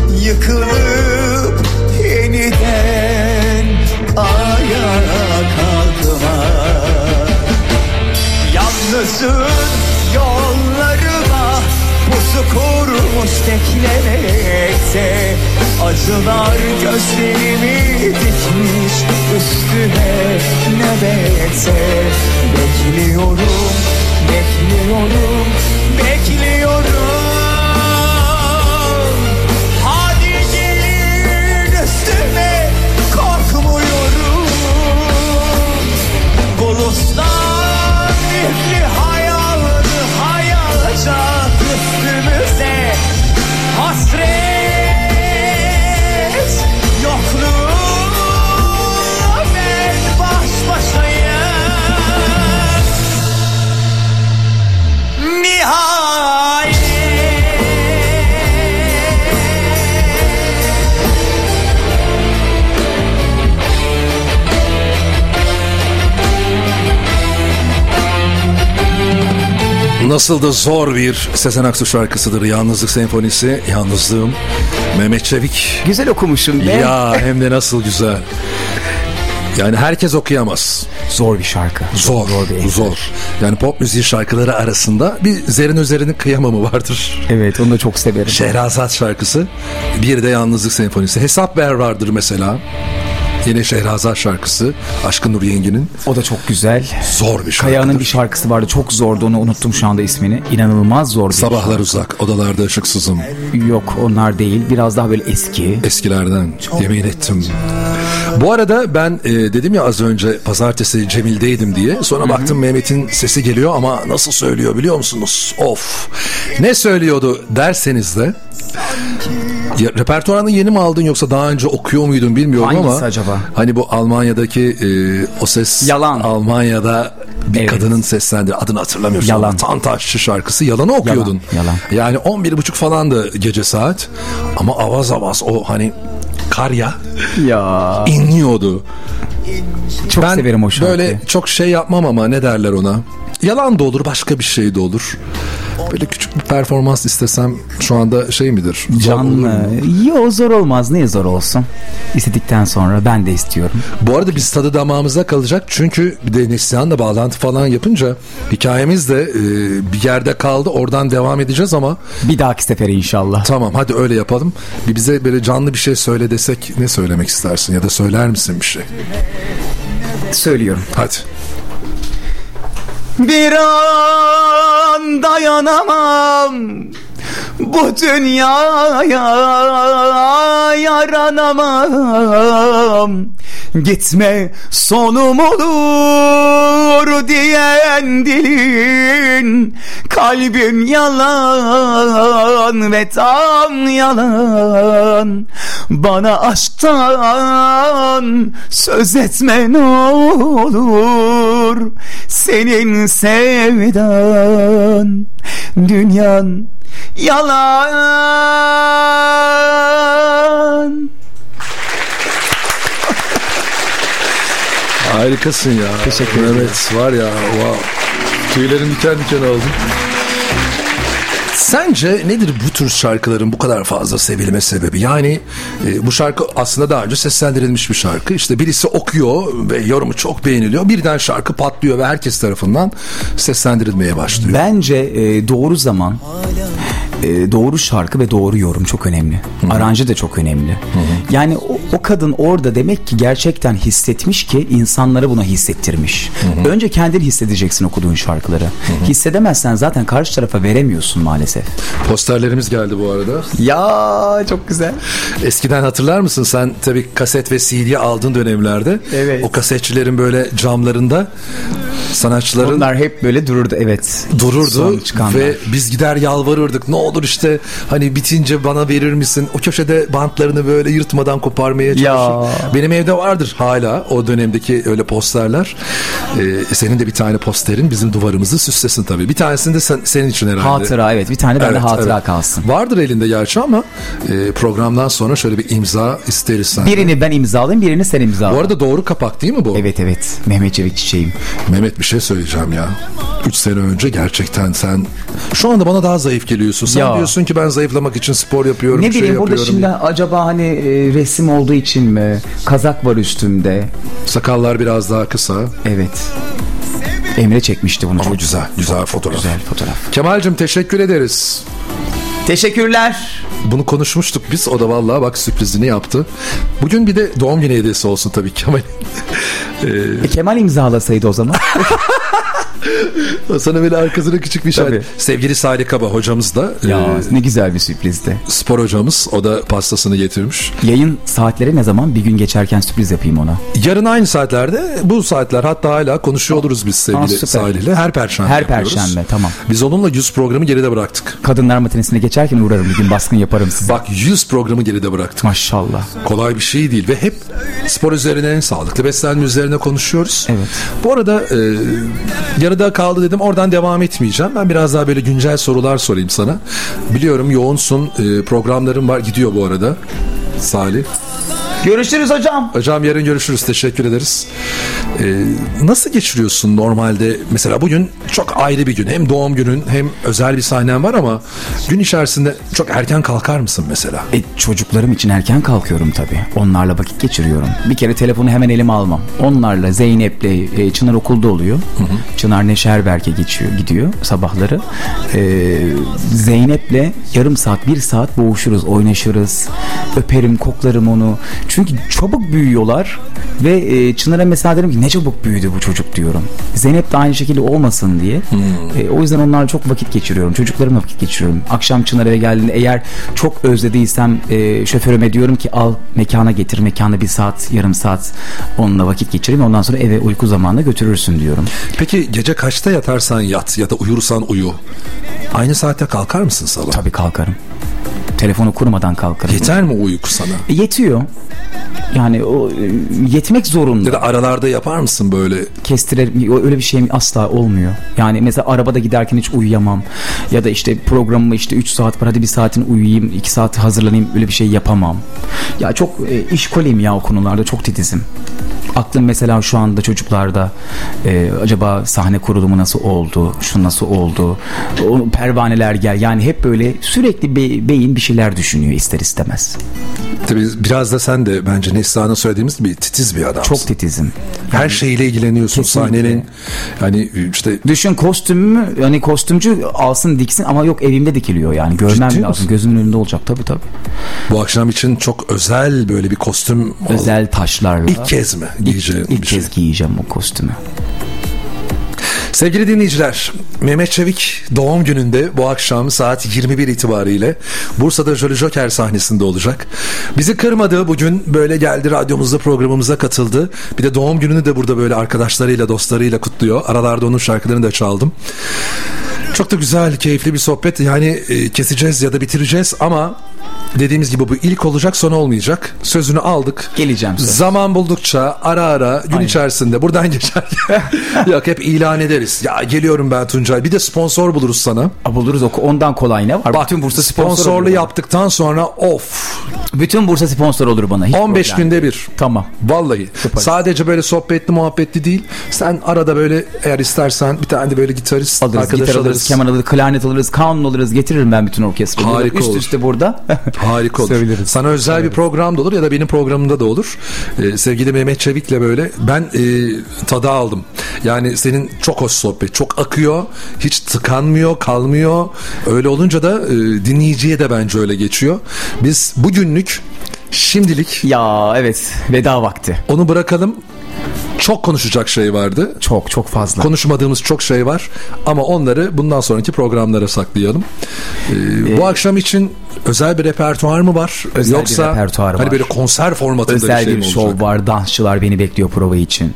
A: yeniden ayağa kalkmak. Yalnızın yollarıma pusu kurmuş beklemekte. Acılar gözlerimi dikmiş üstüne nöbete. Bekliyorum, bekliyorum, bekliyorum. Hadi gelin üstüme, korkmuyorum. Bulutlar nefli hayalca üstümüze. Hasret yokluğum, ben baş başayım. Nihayet.
C: Nasıl da zor bir Sezen Aksu şarkısıdır. Yalnızlık Senfonisi, Yalnızlığım. Mehmet Çevik.
B: Güzel okumuşsun be.
C: Ya hem de nasıl güzel. Yani herkes okuyamaz.
B: Zor bir şarkı.
C: Zor. Yani pop müziği şarkıları arasında bir Zerrin Özer'in Kıyamamı vardır.
B: Evet, onu da çok severim.
C: Şehrazat şarkısı. Bir de Yalnızlık Senfonisi. Hesap Ver vardır mesela. Yine Şehrazat şarkısı. Aşkın Nur Yengi'nin.
B: O da çok güzel.
C: Zor bir şarkıdır.
B: Kaya'nın bir şarkısı vardı. Çok zordu. Onu unuttum şu anda ismini. İnanılmaz zor bir
C: Sabahlar
B: şarkı.
C: Uzak. Odalarda ışıksızım.
B: Yok, onlar değil. Biraz daha böyle eski.
C: Eskilerden. Yemin ettim. Bu arada ben dedim ya az önce pazartesi Cemil'deydim diye. Sonra baktım Mehmet'in sesi geliyor ama nasıl söylüyor biliyor musunuz? Of. Ne söylüyordu derseniz de. Ya, repertuarını yeni mi aldın yoksa daha önce okuyor muydun bilmiyorum.
B: Hangisi
C: ama
B: acaba?
C: Hani bu Almanya'daki O Ses
B: Yalan.
C: Almanya'da bir
B: Evet.
C: kadının seslendiği, adını hatırlamıyorum.
B: Yalan.
C: Tantaşçı şarkısı. Yalan'ı okuyordun.
B: Yalan.
C: Yani 11.30 falandı gece saat ama avaz avaz o hani kar ya inliyordu.
B: Çok
C: Ben
B: severim o şarkıyı.
C: böyle çok şey yapmam ama ne derler ona? Yalan da olur, başka bir şey de olur. Böyle küçük bir performans istesem şu anda şey midir?
B: Canlı. Yo, zor olmaz. Niye zor olsun? İstedikten sonra ben de istiyorum.
C: Bu arada biz tadı damağımızda kalacak. Çünkü bir de Neslihan'la bağlantı falan yapınca hikayemiz de bir yerde kaldı. Oradan devam edeceğiz ama.
B: Bir dahaki sefere inşallah.
C: Tamam, hadi öyle yapalım. Bize böyle canlı bir şey söyle desek ne söylemek istersin? Ya da söyler misin bir şey?
B: Söylüyorum.
C: Hadi.
A: Bir an dayanamam bu dünyaya, yaranamam. Gitme sonum olur diyen dilin, kalbim yalan ve tam yalan. Bana aşktan söz etme ne olur, senin sevdan dünyan yalan.
C: Harikasın ya.
B: Teşekkür ederim.
C: Evet, var ya, wow. Tüylerim diken diken oldu. Sence nedir bu tür şarkıların bu kadar fazla sevilme sebebi? Yani bu şarkı aslında daha önce seslendirilmiş bir şarkı. İşte birisi okuyor ve yorumu çok beğeniliyor. Birden şarkı patlıyor ve herkes tarafından seslendirilmeye başlıyor.
B: Bence doğru zaman doğru şarkı ve doğru yorum çok önemli. Aranje de çok önemli. Yani o kadın orada demek ki gerçekten hissetmiş ki insanları buna hissettirmiş. Önce kendini hissedeceksin okuduğun şarkıları. Hissedemezsen zaten karşı tarafa veremiyorsun maalesef.
C: Posterlerimiz geldi bu arada.
B: Ya çok güzel.
C: Eskiden hatırlar mısın sen tabii kaset ve CD aldığın dönemlerde o kasetçilerin böyle camlarında sanatçıların
B: onlar hep böyle dururdu, evet.
C: Dururdu ve biz gider yalvarırdık. Ne olur işte hani bitince bana verir misin? O köşede bantlarını böyle yırtmadan koparmaya çalışır. Benim evde vardır hala o dönemdeki öyle posterler. Senin de bir tane posterin bizim duvarımızı süslesin tabii. Bir tanesini de senin için herhalde.
B: Hatıra, evet. Bir tane bende hatıra kalsın.
C: Vardır elinde gerçi ama programdan sonra şöyle bir imza isteriz senden.
B: Birini ben imzalayayım, birini sen imzala.
C: Bu arada doğru kapak değil mi bu?
B: Evet. Mehmet Çevik Çiçeğim.
C: Mehmet, bir şey söyleyeceğim ya. 3 sene önce gerçekten sen şu anda bana daha zayıf geliyorsun. Sen diyorsun ki ben zayıflamak için spor yapıyorum.
B: Ne bileyim burada şimdi acaba hani resim olduğu için mi? Kazak var üstümde.
C: Sakallar biraz daha kısa.
B: Evet. Emre çekmişti bunu.
C: Ama güzel fotoğraf.
B: Güzel fotoğraf.
C: Kemal'cim teşekkür ederiz.
B: Teşekkürler.
C: Bunu konuşmuştuk biz. O da vallahi bak sürprizini yaptı. Bugün bir de doğum günü hediyesi olsun tabii Kemal.
B: Kemal imzalasaydı o zaman.
C: Sana böyle arkasına küçük bir şey. Sevgili Salih Kaba hocamız da.
B: Ne güzel bir sürprizdi.
C: Spor hocamız. O da pastasını getirmiş.
B: Yayın saatleri ne zaman? Bir gün geçerken sürpriz yapayım ona.
C: Yarın aynı saatlerde. Bu saatler hatta hala konuşuyor oluruz biz sevgili Salih'le. Her perşembe yapıyoruz.
B: Her perşembe, tamam.
C: Biz onunla 100 programı geride bıraktık.
B: Kadınlar matinesine geçerken uğrarım. Bir gün baskın yaparım size.
C: Bak 100 programı geride bıraktık.
B: Maşallah.
C: Kolay bir şey değil ve hep spor üzerine, sağlıklı beslenme üzerine konuşuyoruz.
B: Evet.
C: Bu arada yarıda kaldı dedim. Oradan devam etmeyeceğim. Ben biraz daha böyle güncel sorular sorayım sana. Biliyorum yoğunsun. Programların var. Gidiyor bu arada. Salih.
B: Görüşürüz hocam.
C: Hocam yarın görüşürüz. Teşekkür ederiz. Nasıl geçiriyorsun normalde? Mesela bugün çok ayrı bir gün. Hem doğum günün hem özel bir sahnen var ama gün içerisinde çok erken kalkar mısın mesela?
B: Çocuklarım için erken kalkıyorum tabii. Onlarla vakit geçiriyorum. Bir kere telefonu hemen elime almam. Onlarla Zeynep'le Çınar okulda oluyor. Çınar Neşerberk'e gidiyor sabahları. Zeynep'le yarım saat, 1 saat boğuşuruz, oynaşırız. Öperim, koklarım onu. Çünkü çabuk büyüyorlar ve Çınar'a mesela derim ki ne çabuk büyüdü bu çocuk diyorum. Zeynep de aynı şekilde olmasın diye. O yüzden onlarla çok vakit geçiriyorum. Çocuklarımla vakit geçiriyorum. Akşam Çınar eve geldiğinde eğer çok özlediysem şoförüme diyorum ki al mekana getir. Mekana 1 saat, yarım saat onunla vakit geçireyim. Ondan sonra eve uyku zamanında götürürsün diyorum.
C: Peki gece kaçta yatarsan yat ya da uyursan uyu. Aynı saatte kalkar mısın sabah?
B: Tabii kalkarım. Telefonu kurmadan kalkarım.
C: Yeter mi uyku sana?
B: Yetiyor. Yani o yetmek zorunda.
C: Ya da aralarda yapar mısın böyle?
B: Öyle bir şey asla olmuyor. Yani mesela arabada giderken hiç uyuyamam. Ya da işte programıma işte 3 saat var hadi 1 saatini uyuyayım, 2 saat hazırlanayım, öyle bir şey yapamam. Ya çok işkoliyim ya o konularda, çok titizim. Aklım mesela şu anda çocuklarda acaba sahne kurulumu nasıl oldu, şu nasıl oldu, o pervaneler gel, yani hep böyle sürekli beyin bir şeyler düşünüyor ister istemez.
C: Tabii biraz da sen de bence Neslihan'ın söylediğimiz gibi titiz bir adamsın.
B: Çok titizim.
C: Her şeyle ilgileniyorsun.
B: Kesinlikle.
C: Sahnenin yani işte.
B: Düşün kostümümü, hani kostümcü alsın diksin ama yok evimde dikiliyor yani, görmem
C: Ciddi
B: lazım.
C: misin?
B: Gözümün önünde olacak tabii.
C: Bu akşam için çok özel böyle bir kostüm.
B: Özel taşlarla.
C: İlk kez mi giyeceğim?
B: İlk kez giyeceğim o kostümü.
C: Sevgili dinleyiciler, Mehmet Çevik doğum gününde bu akşam saat 21 itibariyle Bursa'da Jolly Joker sahnesinde olacak. Bizi kırmadı, bugün böyle geldi radyomuzda, programımıza katıldı. Bir de doğum gününü de burada böyle arkadaşlarıyla, dostlarıyla kutluyor. Aralarda onun şarkılarını da çaldım. Çok da güzel, keyifli bir sohbet. Yani keseceğiz ya da bitireceğiz ama dediğimiz gibi bu ilk olacak, son olmayacak. Sözünü aldık.
B: Geleceğim size.
C: Zaman buldukça ara gün içerisinde buradan geçerken yok hep ilan ederiz. Ya geliyorum ben Tuncay. Bir de sponsor buluruz sana.
B: Buluruz, ondan kolay ne var?
C: Bak,
B: bütün Bursa
C: sponsorlu yaptıktan sonra of.
B: Bütün Bursa sponsor olur bana. Hiç
C: 15
B: problem.
C: günde bir.
B: Tamam.
C: Vallahi.
B: Süper.
C: Sadece böyle sohbetli muhabbetli değil. Sen arada böyle eğer istersen bir tane de böyle gitarist
B: Alırız, gitar alırız, keman alırız, klarnet alırız, kanun alırız, getiririm ben bütün orkestrayı.
C: Harika
B: üst
C: olur.
B: üste burada.
C: Harika olur.
B: Söyleriz.
C: Sana özel bir program da olur ya da benim programımda da olur. Sevgili Mehmet Çevik'le böyle ben tadı aldım. Yani senin çok hoş sohbet, çok akıyor, hiç tıkanmıyor, kalmıyor. Öyle olunca da dinleyiciye de bence öyle geçiyor. Biz bugünlük şimdilik...
B: Ya evet, veda vakti.
C: Onu bırakalım. Çok konuşacak şey vardı.
B: Çok fazla.
C: Konuşmadığımız çok şey var ama onları bundan sonraki programlara saklayalım. Bu akşam için özel bir repertuar mı var?
B: Özel
C: Yoksa
B: bir repertuar var.
C: Hani böyle konser formatında
B: özel
C: bir şey mi
B: bir
C: olacak?
B: şov var. Dansçılar beni bekliyor prova için.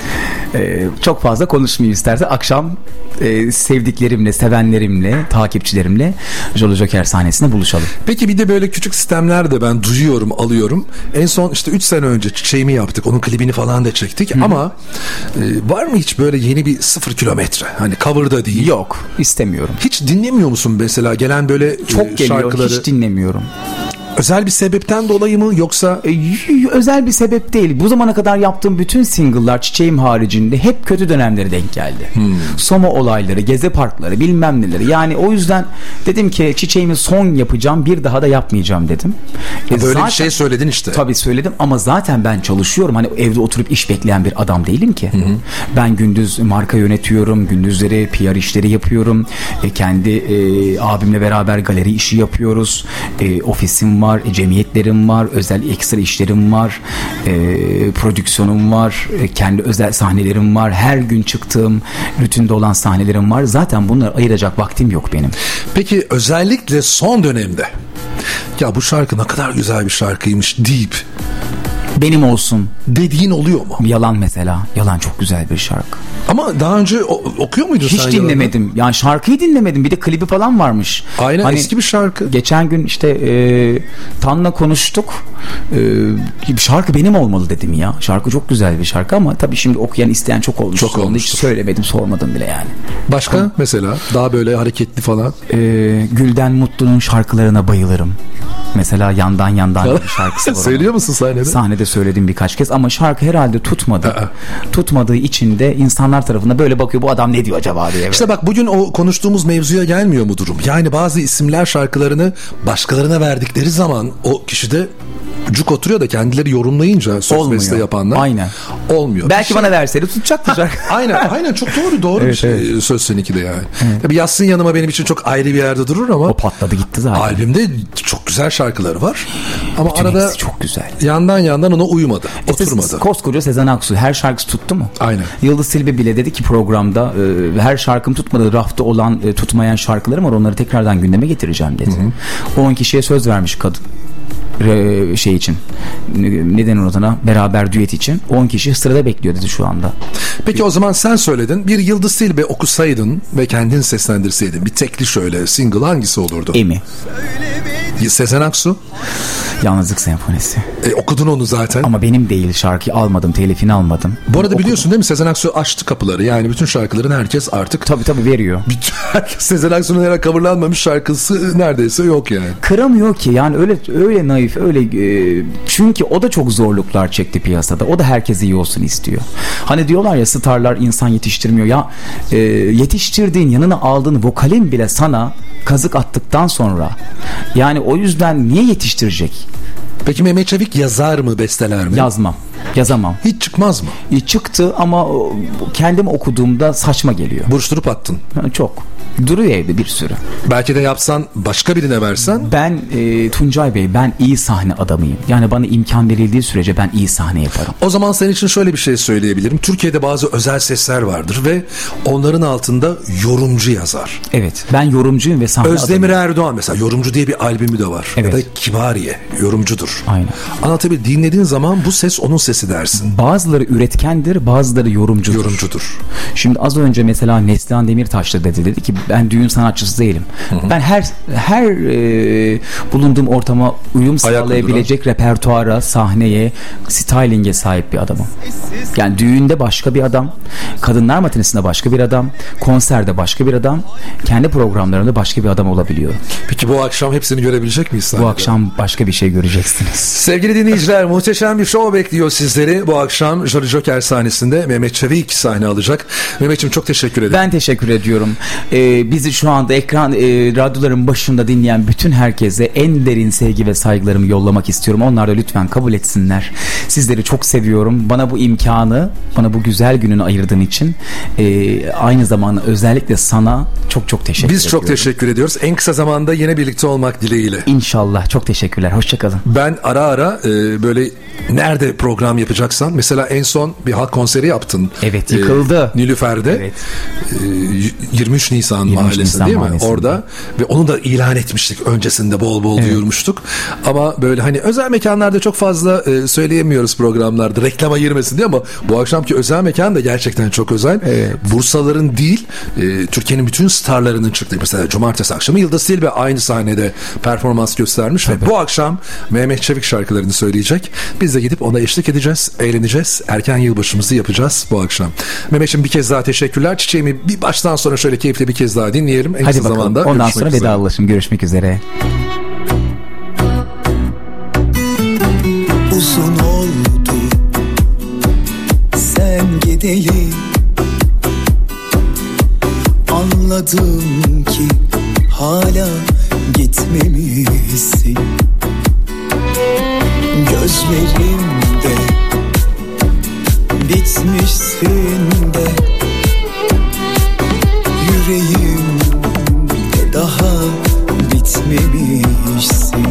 B: Çok fazla konuşmayayım istersen. Akşam sevdiklerimle, sevenlerimle, takipçilerimle Jolly Joker sahnesinde buluşalım.
C: Peki bir de böyle küçük sistemler de ben duyuyorum, alıyorum. En son işte 3 sene önce Çiçeğimi yaptık. Onun klibini falan da çektik. Ama var mı hiç böyle yeni bir 0 kilometre? Hani cover'da değil.
B: Yok, istemiyorum.
C: Hiç dinlemiyor musun mesela gelen böyle
B: çok geliyor,
C: şarkıları?
B: Hiç dinlemiyorum.
C: Özel bir sebepten dolayı mı yoksa?
B: Özel bir sebep değil. Bu zamana kadar yaptığım bütün single'lar Çiçeğim haricinde hep kötü dönemlere denk geldi. Soma olayları, Gezi Parkları, bilmem neleri. Yani o yüzden dedim ki Çiçeğimi son yapacağım, bir daha da yapmayacağım dedim.
C: Böyle
B: zaten,
C: bir şey söyledin işte.
B: Tabii söyledim ama zaten ben çalışıyorum. Hani evde oturup iş bekleyen bir adam değilim ki. Ben gündüz marka yönetiyorum. Gündüzleri PR işleri yapıyorum. Kendi abimle beraber galeri işi yapıyoruz. Ofisim var, cemiyetlerim var, özel ekstra işlerim var, prodüksiyonum var, kendi özel sahnelerim var, her gün çıktığım rutinde olan sahnelerim var. Zaten bunları ayıracak vaktim yok benim.
C: Peki özellikle son dönemde ya bu şarkı ne kadar güzel bir şarkıymış deyip
B: benim olsun
C: dediğin oluyor mu?
B: Yalan mesela. Yalan çok güzel bir şarkı.
C: Ama daha önce okuyor muydun sen?
B: Hiç dinlemedim. Yalanı? Yani şarkıyı dinlemedim. Bir de klibi falan varmış.
C: Aynen, hani eski bir şarkı.
B: Geçen gün işte Tan'la konuştuk. Şarkı benim olmalı dedim ya. Şarkı çok güzel bir şarkı ama tabii şimdi okuyan isteyen çok olmuş.
C: Çok olmuş.
B: Hiç söylemedim, sormadım bile yani.
C: Başka mesela daha böyle hareketli falan.
B: Gülden Mutlu'nun şarkılarına bayılırım. Mesela Yandan bir şarkısı var.
C: Söylüyor musun sahnede?
B: Sahnede söyledim birkaç kez ama şarkı herhalde tutmadı. Tutmadığı için de insanlar tarafından böyle bakıyor, bu adam ne diyor acaba diye.
C: İşte bak bugün o konuştuğumuz mevzuya gelmiyor mu durum? Yani bazı isimler şarkılarını başkalarına verdikleri zaman o kişide cuk oturuyor da kendileri yorumlayınca söz beste yapanlar.
B: Aynen.
C: Olmuyor.
B: Belki bana verseydi tutacaktı şarkı.
C: Aynen çok doğru
B: evet,
C: bir şey. Evet. Söz seninki de yani. Evet. Tabii yazsın yanıma benim için çok ayrı bir yerde durur ama.
B: O patladı gitti zaten.
C: Albümde çok güzel şarkıları var. Ama
B: bütün
C: arada
B: çok güzel.
C: Yandan ona uymadı. Oturmadı.
B: Koskoca Sezen Aksu her şarkısı tuttu mu?
C: Aynen.
B: Yıldız Silbe bile dedi ki programda her şarkım tutmadı. Rafta olan tutmayan şarkılarım var. Onları tekrardan gündeme getireceğim dedi. 10 kişiye söz vermiş kadın. Şey için, neden ona beraber düet için 10 kişi sırada bekliyor dedi şu anda.
C: Peki o zaman sen söyledin, bir Yıldız Tilbe okusaydın ve kendin seslendirseydin bir tekli şöyle single hangisi olurdu?
B: Emi.
C: Sezen Aksu?
B: Yalnızlık Senfonisi.
C: Okudun onu zaten.
B: Ama benim değil, şarkıyı almadım, telifini almadım.
C: Bu arada biliyorsun değil mi, Sezen Aksu açtı kapıları. Yani bütün şarkıların herkes artık...
B: Tabii veriyor.
C: Sezen Aksu'nun herhalde coverlanmamış şarkısı neredeyse yok yani.
B: Kıramıyor ki yani, öyle naif, öyle çünkü o da çok zorluklar çekti piyasada. O da herkes iyi olsun istiyor. Hani diyorlar ya, starlar insan yetiştirmiyor. Ya yetiştirdiğin, yanına aldığın vokalin bile sana kazık attıktan sonra, yani o yüzden niye yetiştirecek?
C: Peki Mehmet Çevik yazar mı, besteler mi?
B: Yazamam.
C: Hiç çıkmaz mı?
B: Çıktı ama kendim okuduğumda saçma geliyor.
C: Buruşturup attın.
B: Çok. Duruyor evde bir sürü.
C: Belki de yapsan, başka birine versen.
B: Ben Tuncay Bey, ben iyi sahne adamıyım. Yani bana imkan verildiği sürece ben iyi sahne yaparım.
C: O zaman senin için şöyle bir şey söyleyebilirim. Türkiye'de bazı özel sesler vardır ve onların altında yorumcu yazar.
B: Evet, ben yorumcuyum ve sahne
C: Özdemir Erdoğan mesela yorumcu diye bir albümü de var.
B: Evet.
C: Ya da Kibariye yorumcudur.
B: Aynen.
C: Anlatabildim, dinlediğin zaman bu ses onun sesi dersin.
B: Bazıları üretkendir, bazıları yorumcudur. Şimdi az önce mesela Neslihan Demirtaş da dedi ki ben düğün sanatçısı değilim. Hı-hı. Ben her bulunduğum ortama uyum sağlayabilecek repertuara, sahneye, styling'e sahip bir adamım. Yani düğünde başka bir adam, kadınlar matinesinde başka bir adam, konserde başka bir adam, kendi programlarında başka bir adam olabiliyor.
C: Peki bu akşam hepsini görebilecek miyiz sahnede?
B: Bu akşam başka bir şey göreceksiniz.
C: Sevgili dinleyiciler, muhteşem bir show bekliyor sizleri. Bu akşam Jolly Joker sahnesinde Mehmet Çevik sahne alacak. Mehmetciğim çok teşekkür ederim.
B: Ben teşekkür ediyorum. bizi şu anda ekran radyoların başında dinleyen bütün herkese en derin sevgi ve saygılarımı yollamak istiyorum. Onlar da lütfen kabul etsinler. Sizleri çok seviyorum. Bana bu imkanı, bana bu güzel gününü ayırdığın için aynı zamanda özellikle sana çok çok teşekkür ediyorum.
C: Biz çok teşekkür ediyoruz. En kısa zamanda yine birlikte olmak dileğiyle.
B: İnşallah. Çok teşekkürler. Hoşçakalın.
C: Ben ara ara böyle nerede program yapacaksan, mesela en son bir halk konseri yaptın.
B: Evet, yıkıldı.
C: Nilüfer'de.
B: Evet.
C: 23 Nisan mahallesinde değil mi? Orada ve onu da ilan etmiştik. Öncesinde bol bol duyurmuştuk. Ama böyle hani özel mekanlarda çok fazla söyleyemiyoruz programlarda. Reklama girmesin diye, ama bu akşamki özel mekan da gerçekten çok özel.
B: Evet.
C: Bursalıların değil, Türkiye'nin bütün starlarının çıktığı. Mesela cumartesi akşamı Yıldız Tilbe aynı sahnede performans göstermiş ve bu akşam Mehmet Çevik şarkılarını söyleyecek. Biz de gidip ona eşlik edeceğiz, eğleneceğiz. Erken yılbaşımızı yapacağız bu akşam. Mehmetciğim bir kez daha teşekkürler. Çiçeğimi bir baştan sonra şöyle keyifli bir kez daha dinleyelim. En
B: hadi
C: kısa
B: bakalım.
C: zamanda
B: Ondan sonra vedalaşım. Görüşmek üzere.
A: Uzun oldu sen gideli, anladım ki hala gitmemişsin. Gözlerimde bitmişsin de, yüreğimde daha bitmemişsin.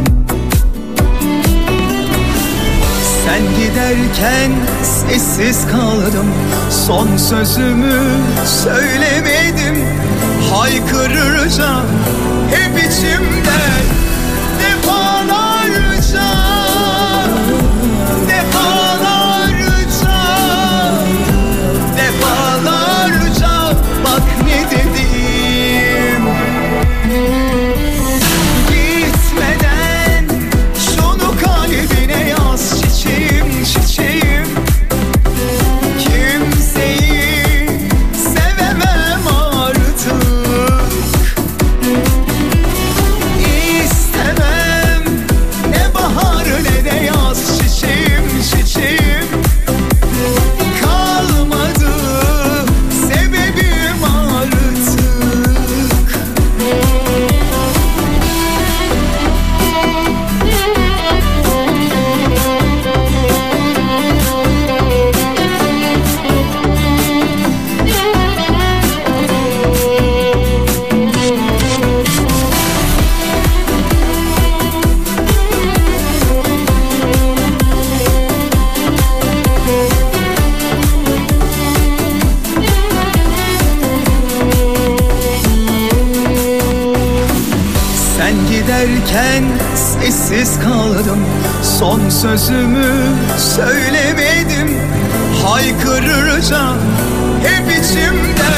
A: Sen giderken sessiz kaldım, son sözümü söylemedim. Haykırırca hep içimde defalarca, defalarca, defalarca bak ne dedim. Gitmeden şunu kalbine yaz çiçeğim, çiçeğim. Kimseyi sevemem artık. İstemem ne bahar ne de yaz çiçeğim, çiçeğim. Kalmadı sebebim artık. Sen giderken sessiz kaldım, son sözümü söylemedim. Haykırırca hep içimde